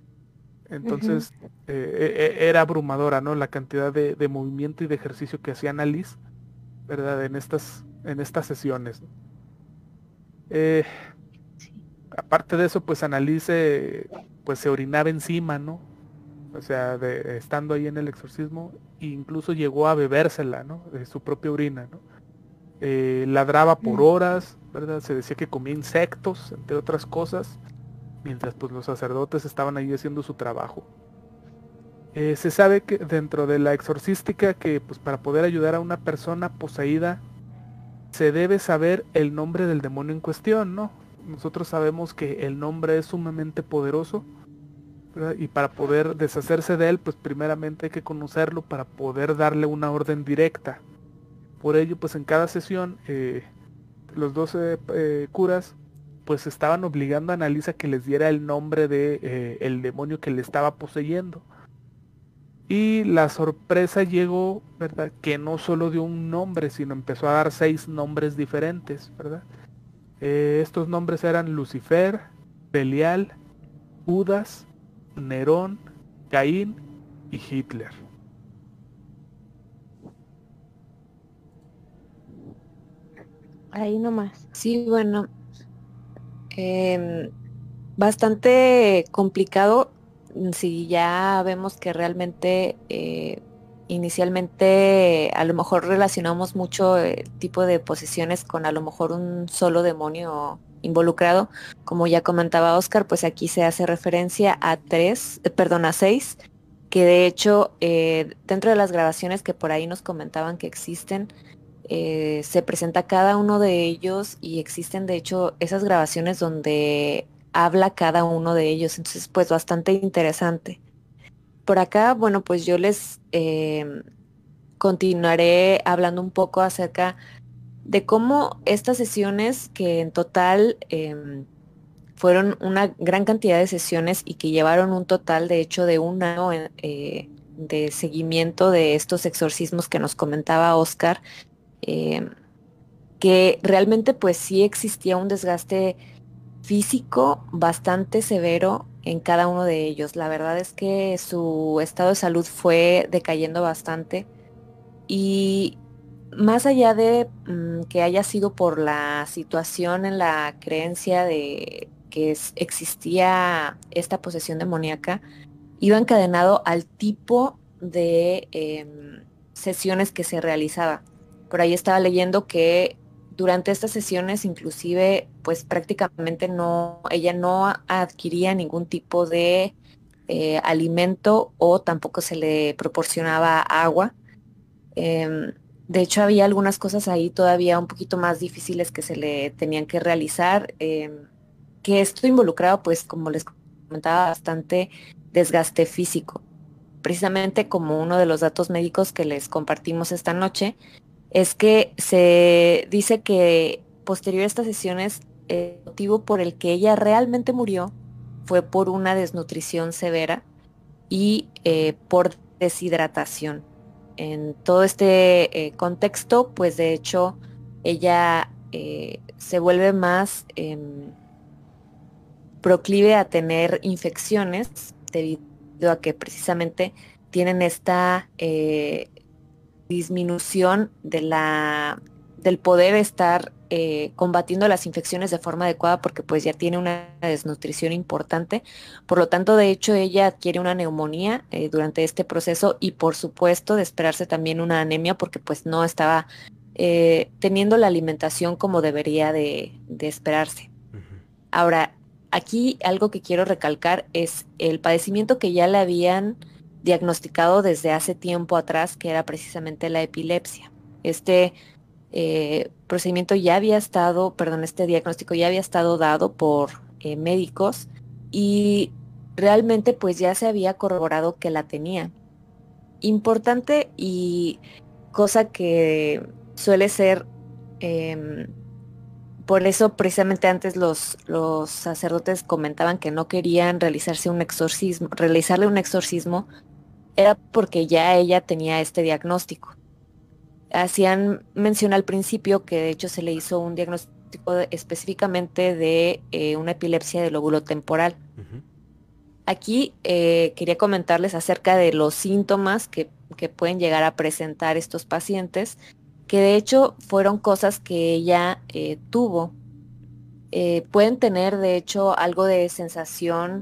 Speaker 3: Ujú.
Speaker 4: Entonces, eh, e- era abrumadora, ¿no? La cantidad de, de movimiento y de ejercicio que hacía Annalise, ¿verdad? En estas, en estas sesiones. Eh,
Speaker 3: Sí.
Speaker 4: aparte de eso, pues Annalise, pues se orinaba encima, ¿no? O sea, de, estando ahí en el exorcismo, e incluso llegó a bebérsela, ¿no? De su propia orina, ¿no? Eh, ladraba por
Speaker 3: Mm.
Speaker 4: horas, ¿verdad? Se decía que comía insectos, entre otras cosas, mientras pues los sacerdotes estaban ahí haciendo su trabajo. Eh, se sabe que dentro de la exorcística que pues para poder ayudar a una persona poseída se debe saber el nombre del demonio en cuestión, ¿no? Nosotros sabemos que el nombre es sumamente poderoso, ¿verdad? Y para poder deshacerse de él, pues primeramente hay que conocerlo para poder darle una orden directa. Por ello, pues en cada sesión, eh, los doce eh, curas, pues estaban obligando a Annalise a que les diera el nombre de eh, el demonio que le estaba poseyendo. Y la sorpresa llegó, ¿verdad? Que no solo dio un nombre, sino empezó a dar seis nombres diferentes, ¿verdad? Eh, estos nombres eran Lucifer, Belial, Judas, Nerón, Caín y Hitler.
Speaker 3: Ahí nomás.
Speaker 5: Sí, bueno, em, bastante complicado mm, si ya vemos que realmente eh, inicialmente a lo mejor relacionamos mucho el tipo de posesiones con a lo mejor un solo demonio involucrado. Como ya comentaba Oscar, pues aquí se hace referencia a tres, eh, perdón, a seis, que de hecho eh, dentro de las grabaciones que por ahí nos comentaban que existen, eh, se presenta cada uno de ellos y existen de hecho esas grabaciones donde habla cada uno de ellos, entonces pues bastante interesante. Por acá, bueno, pues yo les eh, continuaré hablando un poco acerca de cómo estas sesiones que en total em, fueron una gran cantidad de sesiones y que llevaron un total de hecho de un año en- eh, de seguimiento de estos exorcismos que nos comentaba Oscar, em, que realmente pues sí existía un desgaste físico bastante severo en cada uno de ellos. La verdad es que su estado de salud fue decayendo bastante y más allá de mm, que haya sido por la situación en la creencia de que es- existía esta posesión demoníaca, iba encadenado al tipo de em, sesiones que se realizaba. Por ahí estaba leyendo que durante estas sesiones inclusive pues prácticamente no, ella no adquiría ningún tipo de eh, alimento o tampoco se le proporcionaba agua. Em, de hecho había algunas cosas ahí todavía un poquito más difíciles que se le tenían que realizar, em, que esto involucraba pues como les comentaba bastante desgaste físico. Precisamente como uno de los datos médicos que les compartimos esta noche, es que se dice que posterior a estas sesiones, el motivo por el que ella realmente murió fue por una desnutrición severa y eh, por deshidratación. En todo este eh, contexto, pues de hecho, ella eh, se vuelve más eh, proclive a tener infecciones debido a que precisamente tienen esta eh, disminución de la, del poder estar eh, combatiendo las infecciones de forma adecuada, porque pues ya tiene una desnutrición importante. Por lo tanto, de hecho, ella adquiere una neumonía eh, durante este proceso, y por supuesto de esperarse también una anemia, porque pues no estaba eh, teniendo la alimentación como debería de, de esperarse.
Speaker 2: Ujú.
Speaker 5: Ahora, aquí algo que quiero recalcar es el padecimiento que ya le habían diagnosticado desde hace tiempo atrás, que era precisamente la epilepsia. Este eh, procedimiento ya había estado, perdón, este diagnóstico ya había estado dado por eh, médicos, y realmente pues ya se había corroborado que la tenía. Importante y cosa que suele ser, eh, por eso precisamente antes los, los sacerdotes comentaban que no querían realizarse un exorcismo, realizarle un exorcismo, era porque ya ella tenía este diagnóstico. Hacían mención al principio que de hecho se le hizo un diagnóstico de, específicamente de eh, una epilepsia del lóbulo temporal.
Speaker 2: Ujú.
Speaker 5: Aquí eh, quería comentarles acerca de los síntomas que, que pueden llegar a presentar estos pacientes, que de hecho fueron cosas que ella eh, tuvo. Eh, pueden tener de hecho algo de sensación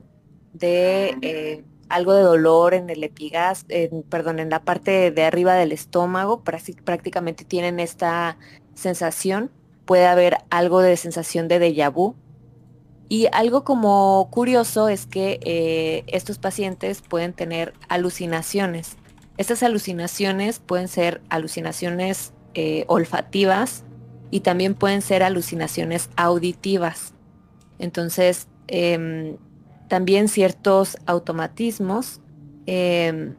Speaker 5: de eh, algo de dolor en el epigás, en, perdón, en la parte de arriba del estómago, prácti- prácticamente tienen esta sensación. Puede haber algo de sensación de déjà vu. Y algo como curioso es que eh, estos pacientes pueden tener alucinaciones. Estas alucinaciones pueden ser alucinaciones eh, olfativas, y también pueden ser alucinaciones auditivas. Entonces, em, también ciertos automatismos em,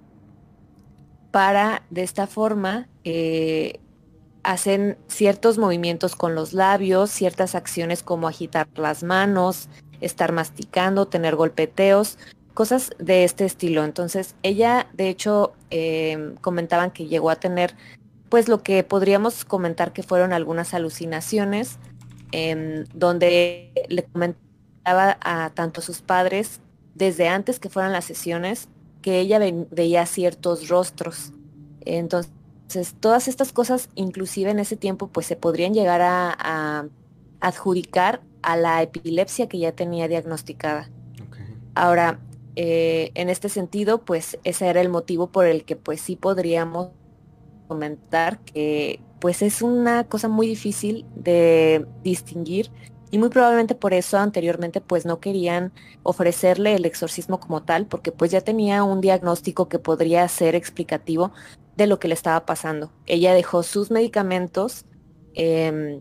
Speaker 5: para de esta forma eh, hacen ciertos movimientos con los labios, ciertas acciones como agitar las manos, estar masticando, tener golpeteos, cosas de este estilo. Entonces, ella, de hecho, eh, comentaban que llegó a tener, pues lo que podríamos comentar que fueron algunas alucinaciones, em, donde le comentaba a tanto sus padres, desde antes que fueran las sesiones, que ella ve- veía ciertos rostros. Entonces, entonces, todas estas cosas, inclusive en ese tiempo, pues se podrían llegar a, a adjudicar a la epilepsia que ya tenía diagnosticada.
Speaker 2: Ok.
Speaker 5: Ahora, eh, en este sentido, pues ese era el motivo por el que pues sí podríamos comentar que pues es una cosa muy difícil de distinguir, y muy probablemente por eso anteriormente pues no querían ofrecerle el exorcismo como tal, porque pues ya tenía un diagnóstico que podría ser explicativo de lo que le estaba pasando. Ella dejó sus medicamentos, em,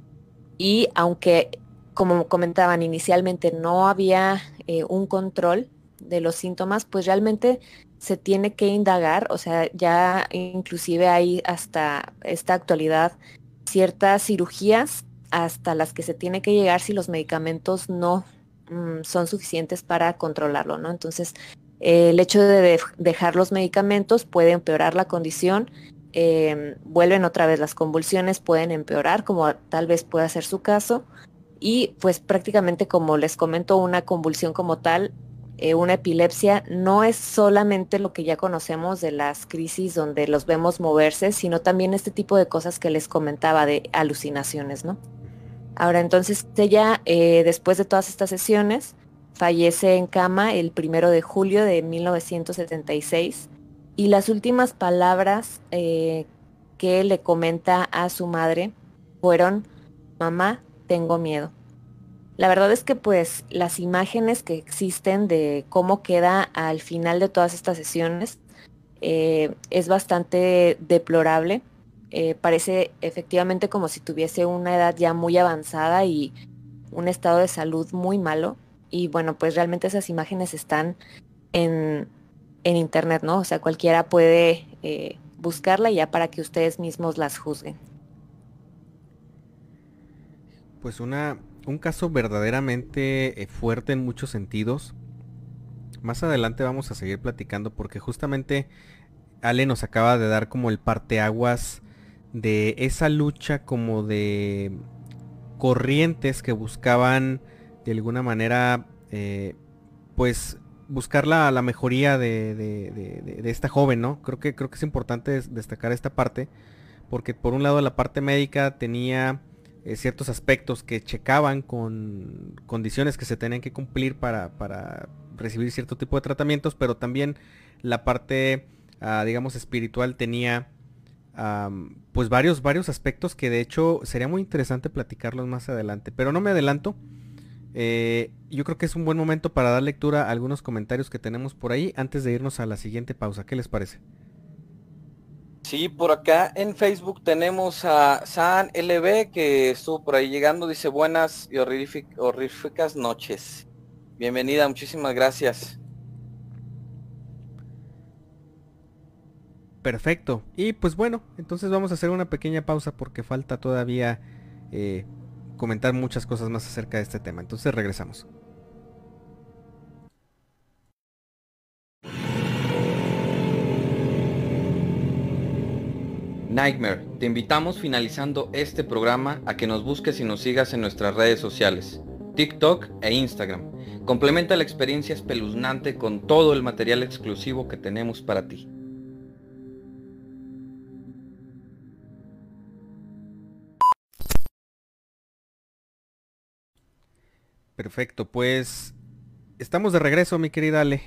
Speaker 5: y aunque, como comentaban inicialmente, no había eh, un control de los síntomas, pues realmente se tiene que indagar. O sea, ya inclusive hay hasta esta actualidad ciertas cirugías hasta las que se tiene que llegar si los medicamentos no mm, son suficientes para controlarlo, ¿no? Entonces, eh, el hecho de dej- dejar los medicamentos puede empeorar la condición. Eh, vuelven otra vez las convulsiones, pueden empeorar, como tal vez pueda ser su caso, y pues prácticamente, como les comento, una convulsión como tal, eh, una epilepsia, no es solamente lo que ya conocemos de las crisis donde los vemos moverse, sino también este tipo de cosas que les comentaba de alucinaciones, ¿no? Ahora, entonces ella, eh, después de todas estas sesiones, fallece en cama el primero de julio de mil novecientos setenta y seis, y las últimas palabras eh, que le comenta a su madre fueron: mamá, tengo miedo. La verdad es que pues las imágenes que existen de cómo queda al final de todas estas sesiones eh, es bastante deplorable. Eh, parece efectivamente como si tuviese una edad ya muy avanzada y un estado de salud muy malo. Y bueno, pues realmente esas imágenes están en, en internet, ¿no? O sea, cualquiera puede eh, buscarla ya para que ustedes mismos las juzguen.
Speaker 2: Pues una, un caso verdaderamente eh, fuerte en muchos sentidos. Más adelante vamos a seguir platicando porque justamente Ale nos acaba de dar como el parteaguas de esa lucha como de corrientes que buscaban de alguna manera eh, pues buscar la, la mejoría de, de, de, de, de esta joven, ¿no? Creo que, creo que es importante des- destacar esta parte porque por un lado la parte médica tenía eh, ciertos aspectos que checaban con condiciones que se tenían que cumplir para, para recibir cierto tipo de tratamientos, pero también la parte, ah, digamos, espiritual tenía am, pues varios, varios aspectos que de hecho sería muy interesante platicarlos más adelante, pero no me adelanto. Eh, yo creo que es un buen momento para dar lectura a algunos comentarios que tenemos por ahí antes de irnos a la siguiente pausa. ¿Qué les parece?
Speaker 1: Sí, por acá en Facebook tenemos a San L B que estuvo por ahí llegando, dice buenas y horrific- horríficas noches. Bienvenida, muchísimas gracias.
Speaker 2: Perfecto. Y pues bueno, entonces vamos a hacer una pequeña pausa porque falta todavía eh, comentar muchas cosas más acerca de este tema. Entonces regresamos.
Speaker 1: Nightmare, te invitamos finalizando este programa a que nos busques y nos sigas en nuestras redes sociales, TikTok e Instagram. Complementa la experiencia espeluznante con todo el material exclusivo que tenemos para ti.
Speaker 2: Perfecto, pues estamos de regreso, mi querida Ale.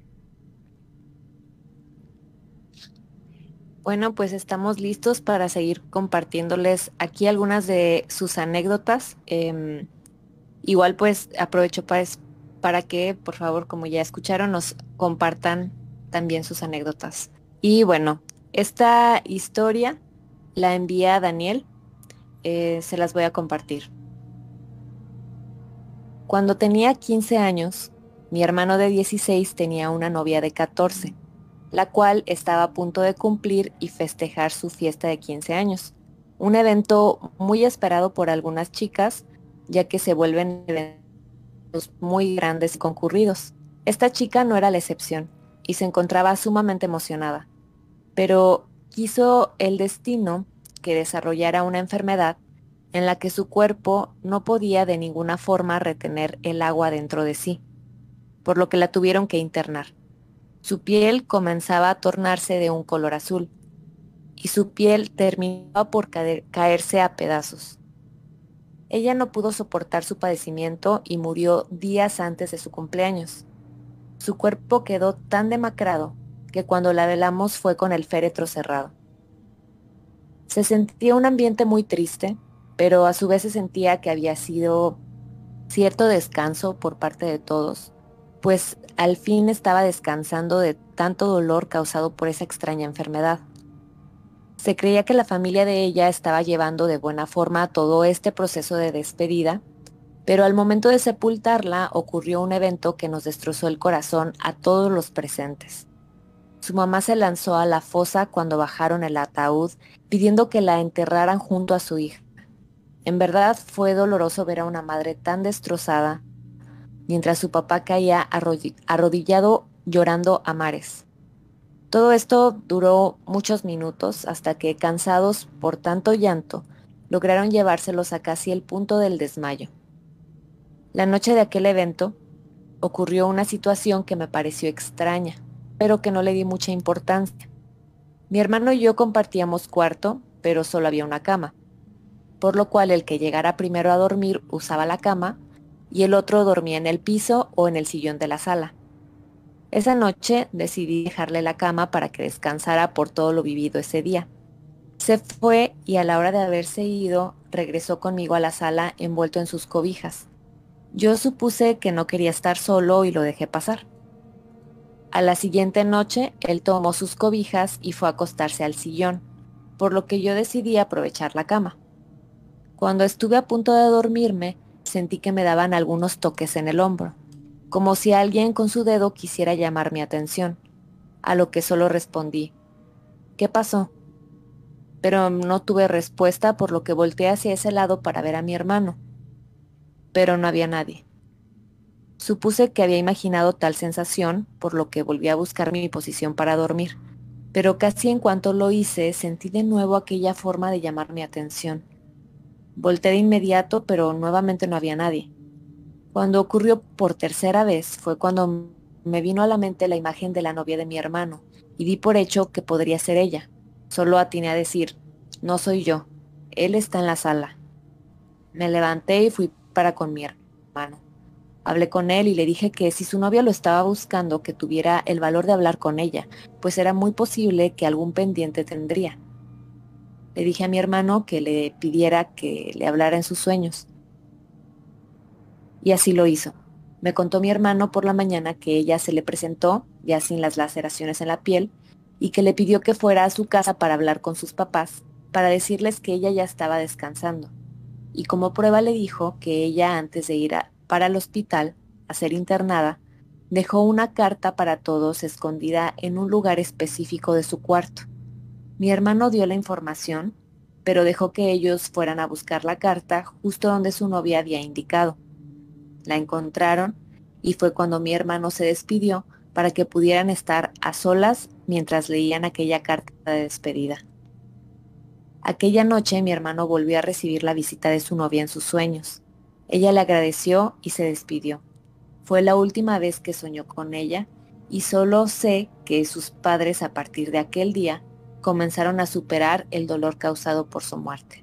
Speaker 5: Bueno, pues estamos listos para seguir compartiéndoles aquí algunas de sus anécdotas. Em, igual pues aprovecho para, es- para que, por favor, como ya escucharon, nos compartan también sus anécdotas. Y bueno, esta historia la envía Daniel, eh, se las voy a compartir. Cuando tenía quince años, mi hermano de dieciséis tenía una novia de catorce, la cual estaba a punto de cumplir y festejar su fiesta de quince años. Un evento muy esperado por algunas chicas, ya que se vuelven eventos muy grandes y concurridos. Esta chica no era la excepción y se encontraba sumamente emocionada, pero quiso el destino que desarrollara una enfermedad en la que su cuerpo no podía de ninguna forma retener el agua dentro de sí, por lo que la tuvieron que internar. Su piel comenzaba a tornarse de un color azul y su piel terminaba por caer- caerse a pedazos. Ella no pudo soportar su padecimiento y murió días antes de su cumpleaños. Su cuerpo quedó tan demacrado que cuando la velamos fue con el féretro cerrado. Se sentía un ambiente muy triste, pero a su vez se sentía que había sido cierto descanso por parte de todos, pues al fin estaba descansando de tanto dolor causado por esa extraña enfermedad. Se creía que la familia de ella estaba llevando de buena forma todo este proceso de despedida, pero al momento de sepultarla ocurrió un evento que nos destrozó el corazón a todos los presentes. Su mamá se lanzó a la fosa cuando bajaron el ataúd, pidiendo que la enterraran junto a su hija. En verdad fue doloroso ver a una madre tan destrozada, mientras su papá caía arrodi- arrodillado llorando a mares. Todo esto duró muchos minutos hasta que, cansados por tanto llanto, lograron llevárselos a casi el punto del desmayo. La noche de aquel evento ocurrió una situación que me pareció extraña, pero que no le di mucha importancia. Mi hermano y yo compartíamos cuarto, pero solo había una cama, por lo cual el que llegara primero a dormir usaba la cama y el otro dormía en el piso o en el sillón de la sala. Esa noche decidí dejarle la cama para que descansara por todo lo vivido ese día. Se fue y a la hora de haberse ido, regresó conmigo a la sala envuelto en sus cobijas. Yo supuse que no quería estar solo y lo dejé pasar. A la siguiente noche, él tomó sus cobijas y fue a acostarse al sillón, por lo que yo decidí aprovechar la cama. Cuando estuve a punto de dormirme, sentí que me daban algunos toques en el hombro, como si alguien con su dedo quisiera llamar mi atención, a lo que solo respondí, ¿qué pasó? Pero no tuve respuesta, por lo que volteé hacia ese lado para ver a mi hermano. pero no había nadie. Supuse que había imaginado tal sensación, por lo que volví a buscar mi posición para dormir, pero casi en cuanto lo hice sentí de nuevo aquella forma de llamar mi atención. Volté de inmediato, pero nuevamente no había nadie. Cuando ocurrió por tercera vez fue cuando me vino a la mente la imagen de la novia de mi hermano y di por hecho que podría ser ella. Solo atiné a decir, no soy yo, él está en la sala. Me levanté y fui para con mi hermano. Hablé con él y le dije que si su novia lo estaba buscando, que tuviera el valor de hablar con ella, pues era muy posible que algún pendiente tendría. Le dije a mi hermano que le pidiera que le hablara en sus sueños. Y así lo hizo. Me contó mi hermano por la mañana que ella se le presentó, ya sin las laceraciones en la piel, y que le pidió que fuera a su casa para hablar con sus papás, para decirles que ella ya estaba descansando. Y como prueba le dijo que ella, antes de ir a, para el hospital a ser internada, dejó una carta para todos escondida en un lugar específico de su cuarto. Mi hermano dio la información, pero dejó que ellos fueran a buscar la carta justo donde su novia había indicado. La encontraron y fue cuando mi hermano se despidió para que pudieran estar a solas mientras leían aquella carta de despedida. Aquella noche mi hermano volvió a recibir la visita de su novia en sus sueños. Ella le agradeció y se despidió. Fue la última vez que soñó con ella y solo sé que sus padres a partir de aquel día comenzaron a superar el dolor causado por su muerte.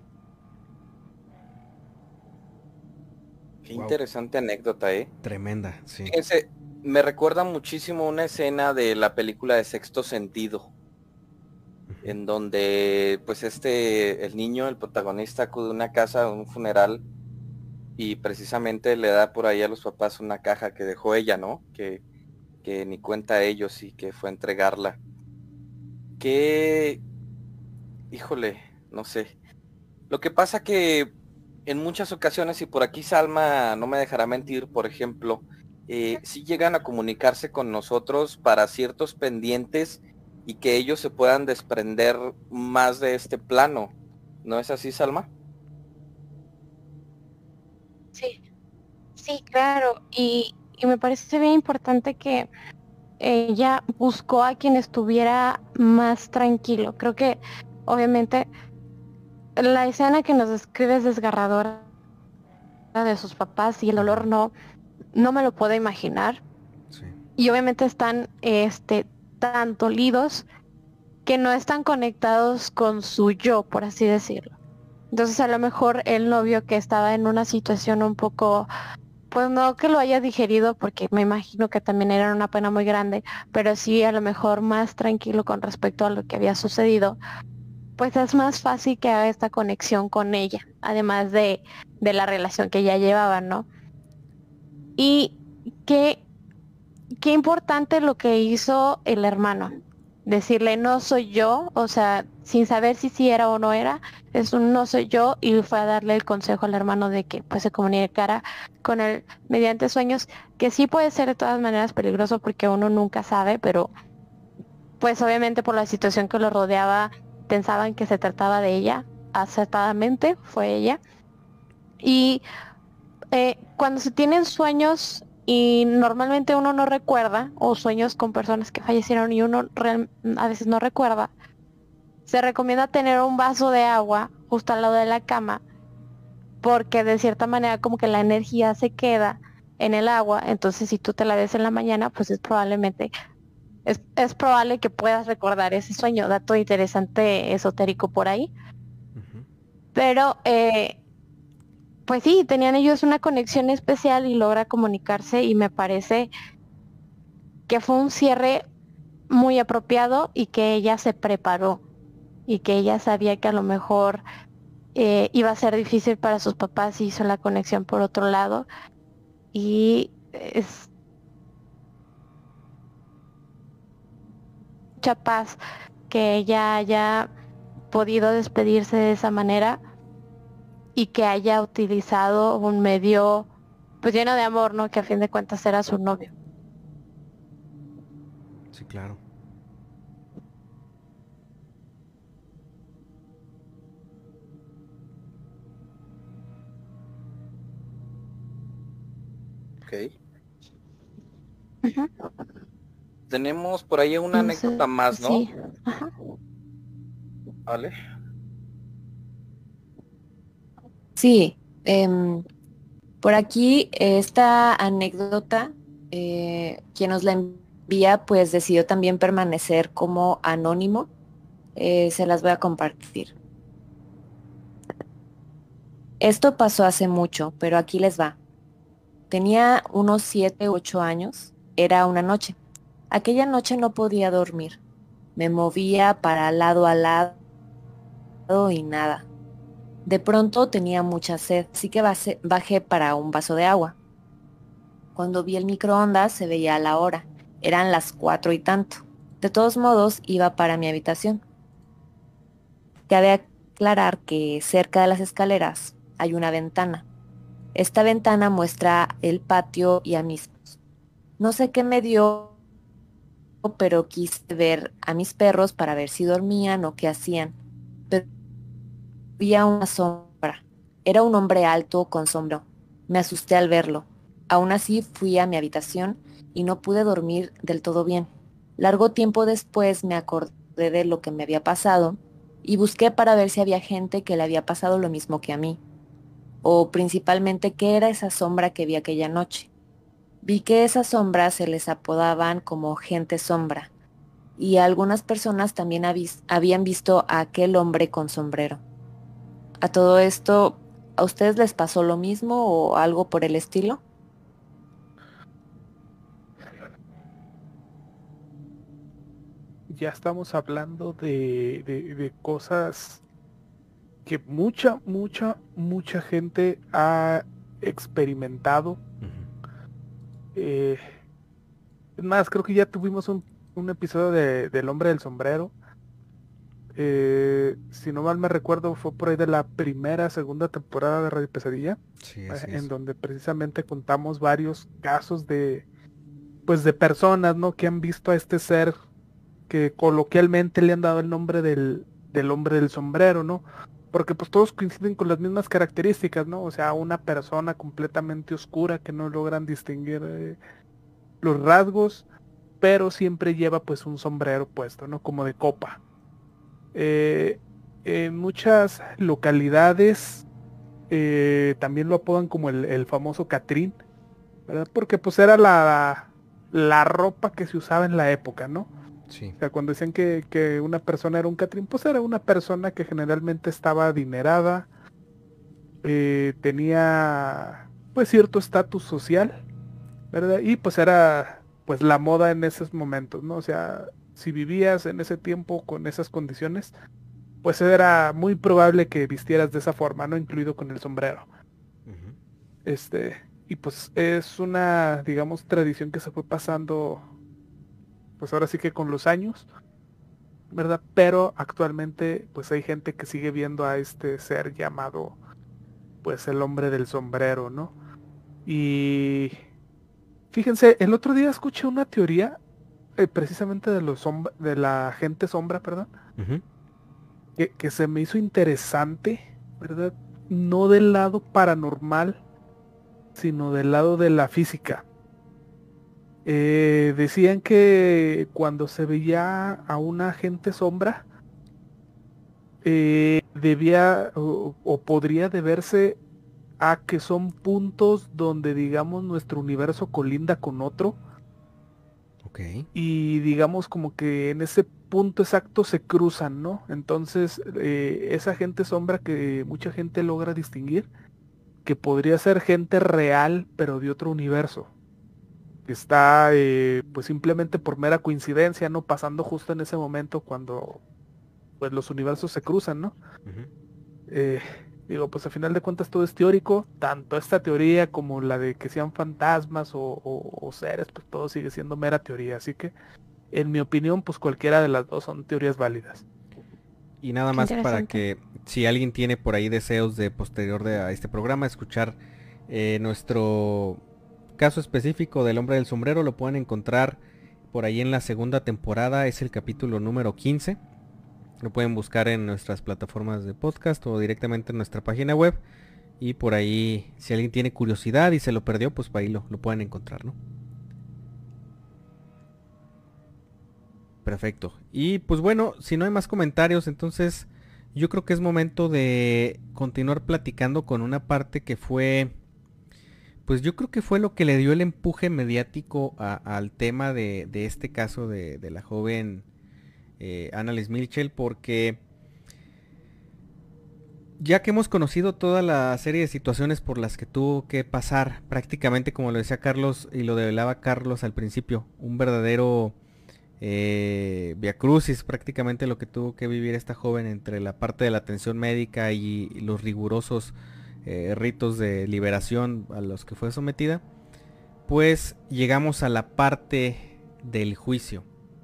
Speaker 1: Qué
Speaker 2: Wow.
Speaker 1: interesante anécdota, ¿eh?
Speaker 2: Tremenda, sí.
Speaker 1: Fíjense, me recuerda muchísimo una escena de la película de Sexto Sentido, en donde pues este, el niño, el protagonista, acude a una casa, a un funeral, y precisamente le da por ahí a los papás una caja que dejó ella, ¿no? Que, que ni cuenta a ellos y que fue a entregarla. Que, híjole, no sé. Lo que pasa que en muchas ocasiones, y por aquí Salma no me dejará mentir, por ejemplo, eh, sí llegan a comunicarse con nosotros para ciertos pendientes y que ellos se puedan desprender más de este plano. ¿No es así, Salma?
Speaker 3: Sí, sí, claro. Y, y me parece bien importante que ella buscó a quien estuviera más tranquilo. Creo que obviamente la escena que nos describe es desgarradora de sus papás y el dolor no, no me lo puedo imaginar.
Speaker 2: Sí.
Speaker 3: Y obviamente están este, tan dolidos que no están conectados con su yo, por así decirlo. Entonces a lo mejor el novio que estaba en una situación un poco, pues no que lo haya digerido, porque me imagino que también era una pena muy grande, pero sí a lo mejor más tranquilo con respecto a lo que había sucedido, pues es más fácil que haga esta conexión con ella, además de, de la relación que ya llevaban, ¿no? Y qué, qué importante lo que hizo el hermano, decirle no soy yo, o sea, sin saber si sí era o no era, es un no soy yo, y fue a darle el consejo al hermano de que pues se comunicara con él mediante sueños, que sí puede ser de todas maneras peligroso porque uno nunca sabe, pero pues obviamente por la situación que lo rodeaba pensaban que se trataba de ella, acertadamente fue ella. Y eh, cuando se tienen sueños y normalmente uno no recuerda, o sueños con personas que fallecieron y uno real- a veces no recuerda, se recomienda tener un vaso de agua justo al lado de la cama, porque de cierta manera como que la energía se queda en el agua, entonces si tú te la ves en la mañana, pues es probablemente, es, es probable que puedas recordar ese sueño, dato interesante esotérico por ahí,
Speaker 2: Ujú.
Speaker 3: pero eh, pues sí, tenían ellos una conexión especial y logra comunicarse y me parece que fue un cierre muy apropiado y que ella se preparó y que ella sabía que a lo mejor eh, iba a ser difícil para sus papás y hizo la conexión por otro lado y es mucha paz que ella haya podido despedirse de esa manera y que haya utilizado un medio pues lleno de amor, ¿no? Que a fin de cuentas era su novio.
Speaker 2: Sí, claro.
Speaker 1: Ok.
Speaker 3: Ujú.
Speaker 1: Tenemos por ahí una
Speaker 3: Entonces,
Speaker 1: anécdota más, ¿no?
Speaker 3: Sí. Ajá.
Speaker 1: Vale.
Speaker 5: Sí, em, por aquí esta anécdota, eh, quien nos la envía, pues decidió también permanecer como anónimo. Eh, se las voy a compartir. Esto pasó hace mucho, pero aquí les va. Tenía unos siete u ocho años. Era una noche. Aquella noche no podía dormir. Me movía para lado a lado y nada. De pronto tenía mucha sed, así que base- bajé para un vaso de agua. Cuando vi el microondas se veía la hora. Eran las cuatro y tanto. De todos modos, iba para mi habitación. Cabe aclarar que cerca de las escaleras hay una ventana. Esta ventana muestra el patio y a mis... No sé qué me dio, pero quise ver a mis perros para ver si dormían o qué hacían. Pero vi una sombra. Era un hombre alto con sombrero. Me asusté al verlo. Aún así fui a mi habitación y no pude dormir del todo bien. Largo tiempo después me acordé de lo que me había pasado y busqué para ver si había gente que le había pasado lo mismo que a mí, o principalmente qué era esa sombra que vi aquella noche. Vi que esas sombras se les apodaban como gente sombra, y algunas personas también habis- habían visto a aquel hombre con sombrero. A todo esto, ¿a ustedes les pasó lo mismo o algo por el estilo?
Speaker 4: Ya estamos hablando de, de- de cosas que mucha, mucha, mucha gente ha experimentado.
Speaker 2: Ujú.
Speaker 4: Eh, es más, creo que ya tuvimos un, un episodio de, del hombre del sombrero. Eh, si no mal me recuerdo, fue por ahí de la primera, segunda temporada de Radio Pesadilla,
Speaker 2: Sí,
Speaker 4: eh,
Speaker 2: así
Speaker 4: en
Speaker 2: es.
Speaker 4: donde precisamente contamos varios casos de, pues, de personas, ¿no? Que han visto a este ser que coloquialmente le han dado el nombre del, del hombre del sombrero, ¿no? Porque pues todos coinciden con las mismas características, ¿no? O sea, una persona completamente oscura que no logran distinguir eh, los rasgos, pero siempre lleva pues un sombrero puesto, ¿no? Como de copa. Eh, en muchas localidades eh, también lo apodan como el, el famoso Catrín, ¿verdad? Porque pues era la, la ropa que se usaba en la época, ¿no?
Speaker 2: Sí.
Speaker 4: O sea, cuando decían que, que una persona era un Catrín, pues era una persona que generalmente estaba adinerada, eh, tenía pues cierto estatus social, ¿verdad? Y pues era pues la moda en esos momentos, ¿no? O sea, si vivías en ese tiempo con esas condiciones, pues era muy probable que vistieras de esa forma, ¿no? Incluido con el sombrero.
Speaker 2: Ujú.
Speaker 4: Este, y pues es una, digamos, tradición que se fue pasando, pues ahora sí que con los años, ¿verdad? Pero actualmente pues hay gente que sigue viendo a este ser llamado pues el hombre del sombrero, ¿no? Y fíjense, el otro día escuché una teoría eh, precisamente de los sombra- de la gente sombra, perdón,
Speaker 2: Ujú.
Speaker 4: que, que se me hizo interesante, ¿verdad? No del lado paranormal, sino del lado de la física. Eh, decían que cuando se veía a una agente sombra, eh, debía o, o podría deberse a que son puntos donde, digamos, nuestro universo colinda con otro
Speaker 2: Ok.
Speaker 4: y digamos como que en ese punto exacto se cruzan, ¿no? Entonces, eh, esa gente sombra que mucha gente logra distinguir, que podría ser gente real, pero de otro universo, que está, eh, pues simplemente por mera coincidencia, ¿no? Pasando justo en ese momento cuando, pues los universos se cruzan, ¿no?
Speaker 2: Ujú.
Speaker 4: Eh, digo, pues a final de cuentas todo es teórico, tanto esta teoría como la de que sean fantasmas o, o- o seres, pues todo sigue siendo mera teoría, así que en mi opinión, pues cualquiera de las dos son teorías válidas.
Speaker 2: Y nada
Speaker 3: Qué
Speaker 2: más para
Speaker 3: interesante.
Speaker 2: que si alguien tiene por ahí deseos de posterior de a este programa escuchar eh, nuestro caso específico del hombre del sombrero, lo pueden encontrar por ahí en la segunda temporada, es el capítulo número quince. Lo pueden buscar en nuestras plataformas de podcast o directamente en nuestra página web. Y por ahí, si alguien tiene curiosidad y se lo perdió, pues por ahí lo, lo pueden encontrar, ¿no? Perfecto. Y pues bueno, si no hay más comentarios, entonces yo creo que es momento de continuar platicando con una parte que fue, pues yo creo que fue lo que le dio el empuje mediático a, al tema de, de este caso de, de la joven eh, Annalise Milchel, porque ya que hemos conocido toda la serie de situaciones por las que tuvo que pasar, prácticamente como lo decía Carlos y lo develaba Carlos al principio, un verdadero eh, viacrucis, prácticamente lo que tuvo que vivir esta joven entre la parte de la atención médica y los rigurosos eh, ritos de liberación a los que fue sometida, pues llegamos a la parte del juicio.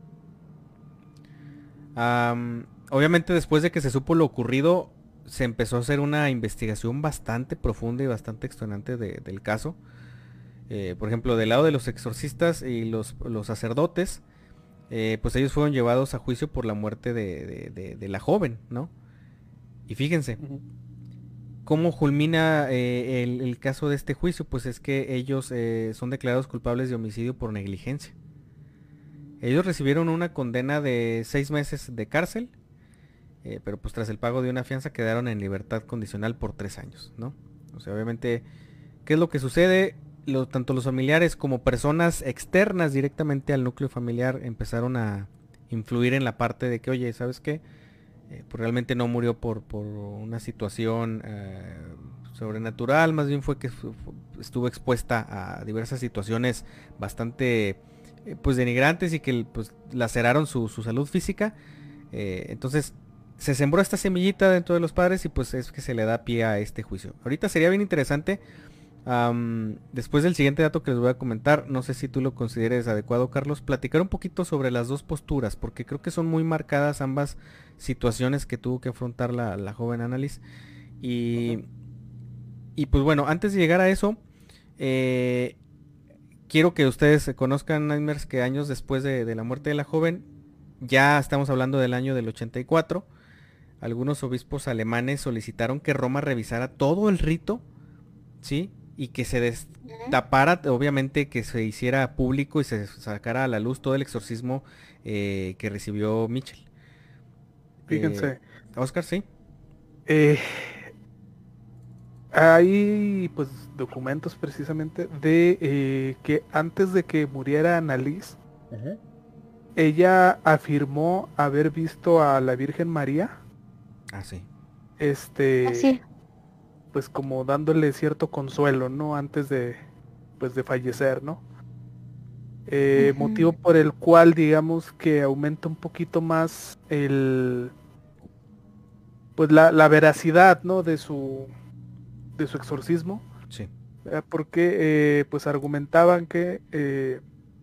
Speaker 2: Um, obviamente después de que se supo lo ocurrido, se empezó a hacer una investigación bastante profunda y bastante extenuante de, del caso. Eh, por ejemplo, del lado de los exorcistas y los, los sacerdotes, eh, pues ellos fueron llevados a juicio por la muerte de, de, de, de la joven, ¿no? Y fíjense, uh-huh. ¿Cómo culmina eh, el, el caso de este juicio? Pues es que ellos eh, son declarados culpables de homicidio por negligencia. Ellos recibieron una condena de seis meses de cárcel, eh, pero pues tras el pago de una fianza quedaron en libertad condicional por tres años, ¿no? O sea, obviamente, ¿qué es lo que sucede? Lo, tanto los familiares como personas externas directamente al núcleo familiar empezaron a influir en la parte de que, oye, ¿sabes qué? Eh, pues realmente no murió por, por una situación eh, sobrenatural, más bien fue que fu- fu- estuvo expuesta a diversas situaciones bastante eh, pues denigrantes y que pues laceraron su, su salud física. Eh, entonces se sembró esta semillita dentro de los padres y pues es que se le da pie a este juicio. Ahorita sería bien interesante, um, después del siguiente dato que les voy a comentar, no sé si tú lo consideres adecuado, Carlos, platicar un poquito sobre las dos posturas, porque creo que son muy marcadas ambas situaciones que tuvo que afrontar la, la joven Annalise. Y, uh-huh. y pues bueno, antes de llegar a eso, eh, quiero que ustedes conozcan, Nightmares, que años después de, de la muerte de la joven, ya estamos hablando del año del ochenta y cuatro, algunos obispos alemanes solicitaron que Roma revisara todo el rito, ¿sí? Y que se destapara, obviamente que se hiciera público y se sacara a la luz todo el exorcismo eh, que recibió Milchel.
Speaker 4: Fíjense.
Speaker 2: Eh, Oscar, sí.
Speaker 4: Eh, hay pues documentos precisamente de eh, que antes de que muriera Annalise, uh-huh. ella afirmó haber visto a la Virgen María.
Speaker 2: Ah, sí.
Speaker 4: Este,
Speaker 3: ah, sí.
Speaker 4: pues como dándole cierto consuelo, ¿no? Antes de, pues de fallecer, ¿no? Eh, uh-huh. Motivo por el cual, digamos, que aumenta un poquito más el, pues la, la veracidad, ¿no? De su, de su exorcismo.
Speaker 2: Sí.
Speaker 4: ¿Verdad? Porque, eh, pues argumentaban que, eh,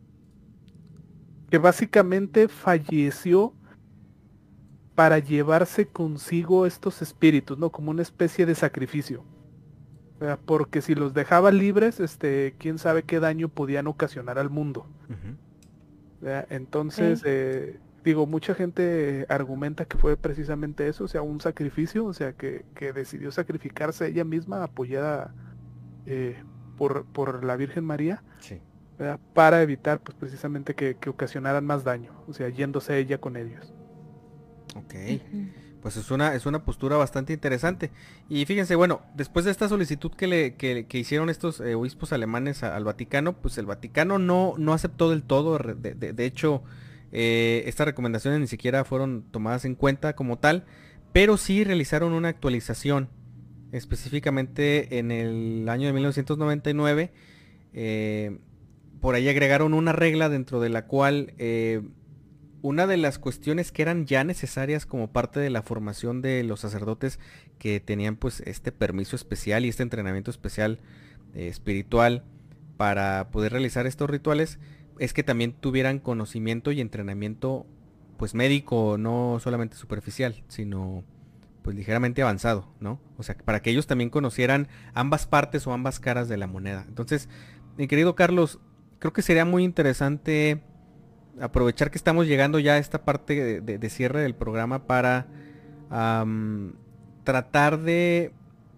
Speaker 4: que básicamente falleció para llevarse consigo estos espíritus, ¿no? Como una especie de sacrificio. ¿Verdad? Porque si los dejaba libres, este, quién sabe qué daño podían ocasionar al mundo. Uh-huh. ¿Verdad? Entonces, sí. eh, digo, mucha gente argumenta que fue precisamente eso, o sea, un sacrificio, o sea, que, que decidió sacrificarse ella misma, apoyada eh, por, por la Virgen María,
Speaker 2: sí.
Speaker 4: ¿verdad? Para evitar, pues, precisamente que, que ocasionaran más daño, o sea, yéndose ella con ellos.
Speaker 2: Ok, uh-huh. Pues es una, es una postura bastante interesante. Y fíjense, bueno, después de esta solicitud que, le, que, que hicieron estos eh, obispos alemanes a, al Vaticano, pues el Vaticano no, no aceptó del todo, de, de, de hecho, eh, estas recomendaciones ni siquiera fueron tomadas en cuenta como tal, pero sí realizaron una actualización, específicamente en el año de mil novecientos noventa y nueve, eh, por ahí agregaron una regla dentro de la cual... Eh, Una de las cuestiones que eran ya necesarias como parte de la formación de los sacerdotes que tenían pues este permiso especial y este entrenamiento especial eh, espiritual para poder realizar estos rituales es que también tuvieran conocimiento y entrenamiento pues médico, no solamente superficial, sino pues ligeramente avanzado, ¿no? O sea, para que ellos también conocieran ambas partes o ambas caras de la moneda. Entonces, mi querido Carlos, creo que sería muy interesante aprovechar que estamos llegando ya a esta parte de, de, de cierre del programa para um, tratar de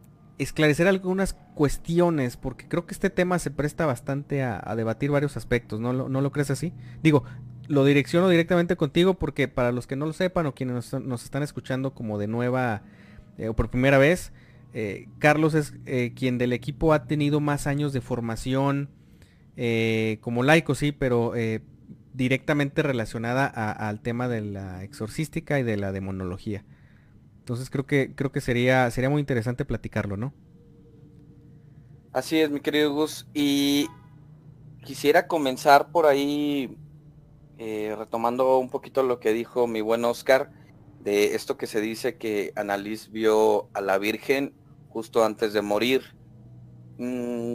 Speaker 2: esclarecer algunas cuestiones, porque creo que este tema se presta bastante a, a debatir varios aspectos, ¿no lo, ¿no lo crees así? Digo, lo direcciono directamente contigo porque para los que no lo sepan o quienes nos, nos están escuchando como de nueva eh, o por primera vez, eh, Carlos es eh, quien del equipo ha tenido más años de formación eh, como laico, sí, pero eh, directamente relacionada a, al tema de la exorcística y de la demonología. Entonces creo que creo que sería sería muy interesante platicarlo, ¿no?
Speaker 1: Así es, mi querido Gus. Y quisiera comenzar por ahí, eh, retomando un poquito lo que dijo mi buen Oscar, de esto que se dice que Annalise vio a la Virgen justo antes de morir. Mm,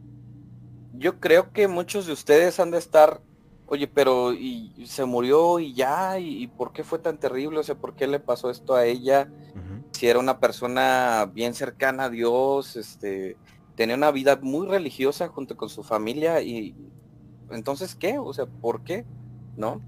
Speaker 1: yo creo que muchos de ustedes han de estar, oye, pero y, y se murió y ya, y, y ¿por qué fue tan terrible? O sea, ¿por qué le pasó esto a ella?
Speaker 2: Uh-huh.
Speaker 1: Si era una persona bien cercana a Dios, este, tenía una vida muy religiosa junto con su familia y entonces, ¿qué? O sea, ¿por qué? ¿No?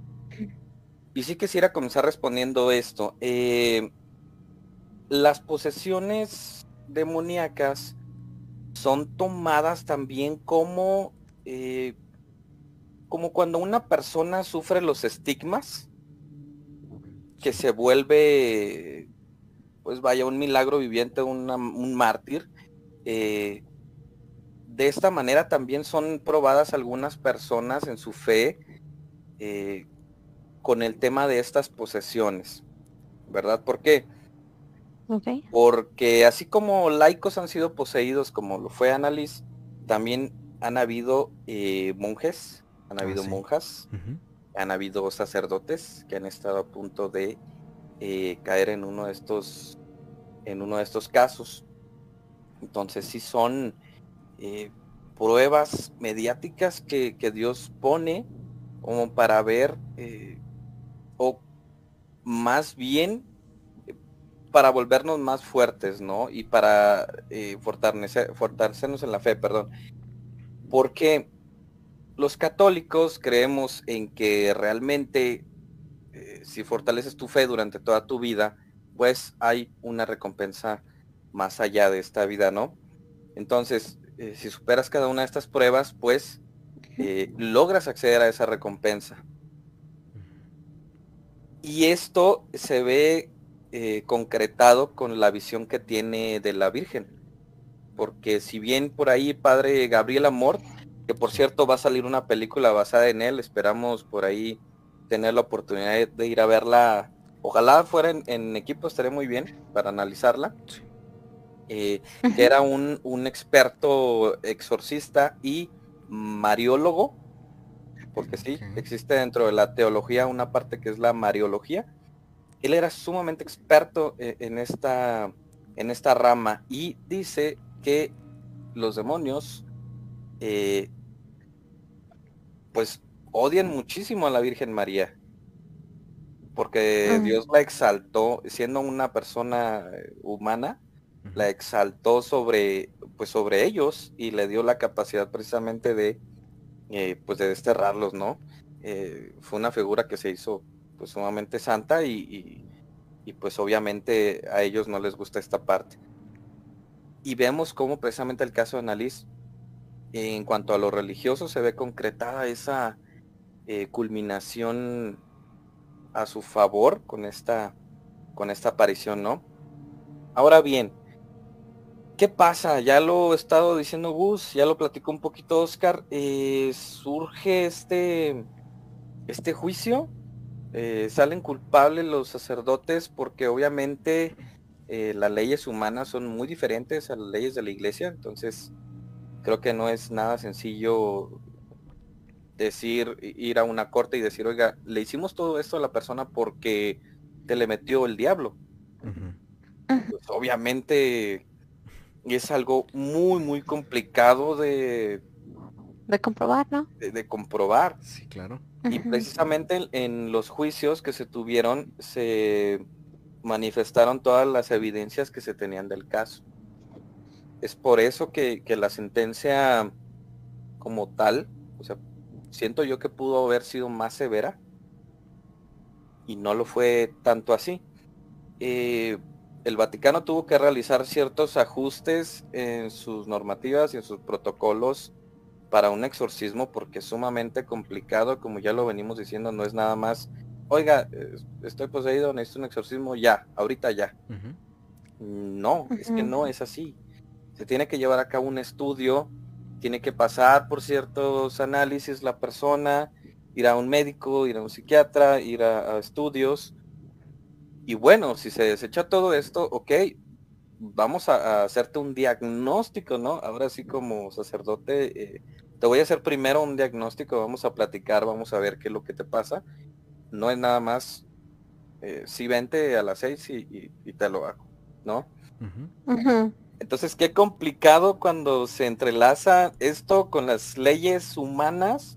Speaker 1: Y sí quisiera comenzar respondiendo esto. Eh, las posesiones demoníacas son tomadas también como, eh, como cuando una persona sufre los estigmas, que se vuelve, pues vaya, un milagro viviente, una, un mártir. Eh, de esta manera también son probadas algunas personas en su fe eh, con el tema de estas posesiones, ¿verdad? ¿Por qué?
Speaker 3: Okay.
Speaker 1: Porque así como laicos han sido poseídos, como lo fue Annalise, también han habido eh, monjes, han
Speaker 2: Ah,
Speaker 1: habido
Speaker 2: sí.
Speaker 1: monjas,
Speaker 2: Uh-huh.
Speaker 1: han habido sacerdotes que han estado a punto de eh, caer en uno de estos, en uno de estos casos. Entonces sí son eh, pruebas mediáticas que, que Dios pone como para ver, eh, o más bien eh, para volvernos más fuertes, ¿no? Y para eh, fortalecer, fortalecernos en la fe, perdón. Porque los católicos creemos en que realmente eh, si fortaleces tu fe durante toda tu vida, pues hay una recompensa más allá de esta vida, ¿no? Entonces, eh, si superas cada una de estas pruebas, pues eh, logras acceder a esa recompensa. Y esto se ve eh, concretado con la visión que tiene de la Virgen. Porque si bien por ahí Padre Gabriel Amor, que por cierto va a salir una película basada en él, esperamos por ahí tener la oportunidad de ir a verla. Ojalá fuera en, en equipo, estaría muy bien para analizarla.
Speaker 2: Sí.
Speaker 1: Eh,
Speaker 3: Uh-huh.
Speaker 1: que era un, un experto exorcista y mariólogo, porque sí,
Speaker 2: Okay.
Speaker 1: existe dentro de la teología una parte que es la mariología. Él era sumamente experto en, en esta, en esta rama y dice que los demonios eh, pues odian muchísimo a la Virgen María, porque
Speaker 3: Mm.
Speaker 1: Dios la exaltó, siendo una persona eh, humana,
Speaker 2: Uh-huh.
Speaker 1: la exaltó sobre, pues sobre ellos y le dio la capacidad precisamente de, eh, pues de desterrarlos, ¿no? Eh, fue una figura que se hizo pues sumamente santa y, y, y pues obviamente a ellos no les gusta esta parte. Y vemos cómo precisamente el caso de Annalise, en cuanto a lo religioso, se ve concretada esa eh, culminación a su favor con esta, con esta aparición, ¿no? Ahora bien, ¿qué pasa? Ya lo he estado diciendo Gus, ya lo platicó un poquito Oscar, eh, surge este, este juicio, eh, salen culpables los sacerdotes porque obviamente eh, las leyes humanas son muy diferentes a las leyes de la iglesia, entonces creo que no es nada sencillo decir, ir a una corte y decir, oiga, le hicimos todo esto a la persona porque te le metió el diablo.
Speaker 2: Uh-huh.
Speaker 1: Pues obviamente es algo muy, muy complicado de,
Speaker 3: De comprobar, ¿no?
Speaker 1: de, de comprobar.
Speaker 2: Sí, claro.
Speaker 1: Y
Speaker 3: Uh-huh.
Speaker 1: precisamente en, en los juicios que se tuvieron, se manifestaron todas las evidencias que se tenían del caso. Es por eso que, que la sentencia como tal, o sea, siento yo que pudo haber sido más severa y no lo fue tanto así. Eh, el Vaticano tuvo que realizar ciertos ajustes en sus normativas y en sus protocolos para un exorcismo, porque es sumamente complicado, como ya lo venimos diciendo, no es nada más, oiga, eh, estoy poseído, necesito un exorcismo ya, ahorita ya. Uh-huh. No, uh-huh. Es que no es así. Se tiene que llevar a cabo un estudio, tiene que pasar por ciertos análisis la persona, ir a un médico, ir a un psiquiatra, ir a, a estudios. Y bueno, si se desecha todo esto, ok, vamos a, a hacerte un diagnóstico, ¿no? Ahora sí, como sacerdote, eh, te voy a hacer primero un diagnóstico, vamos a platicar, vamos a ver qué es lo que te pasa. No es nada más, eh, sí, vente a las seis y, y, y te lo hago, ¿no? Uh-huh. Uh-huh. Entonces, qué complicado cuando se entrelaza esto con las leyes humanas.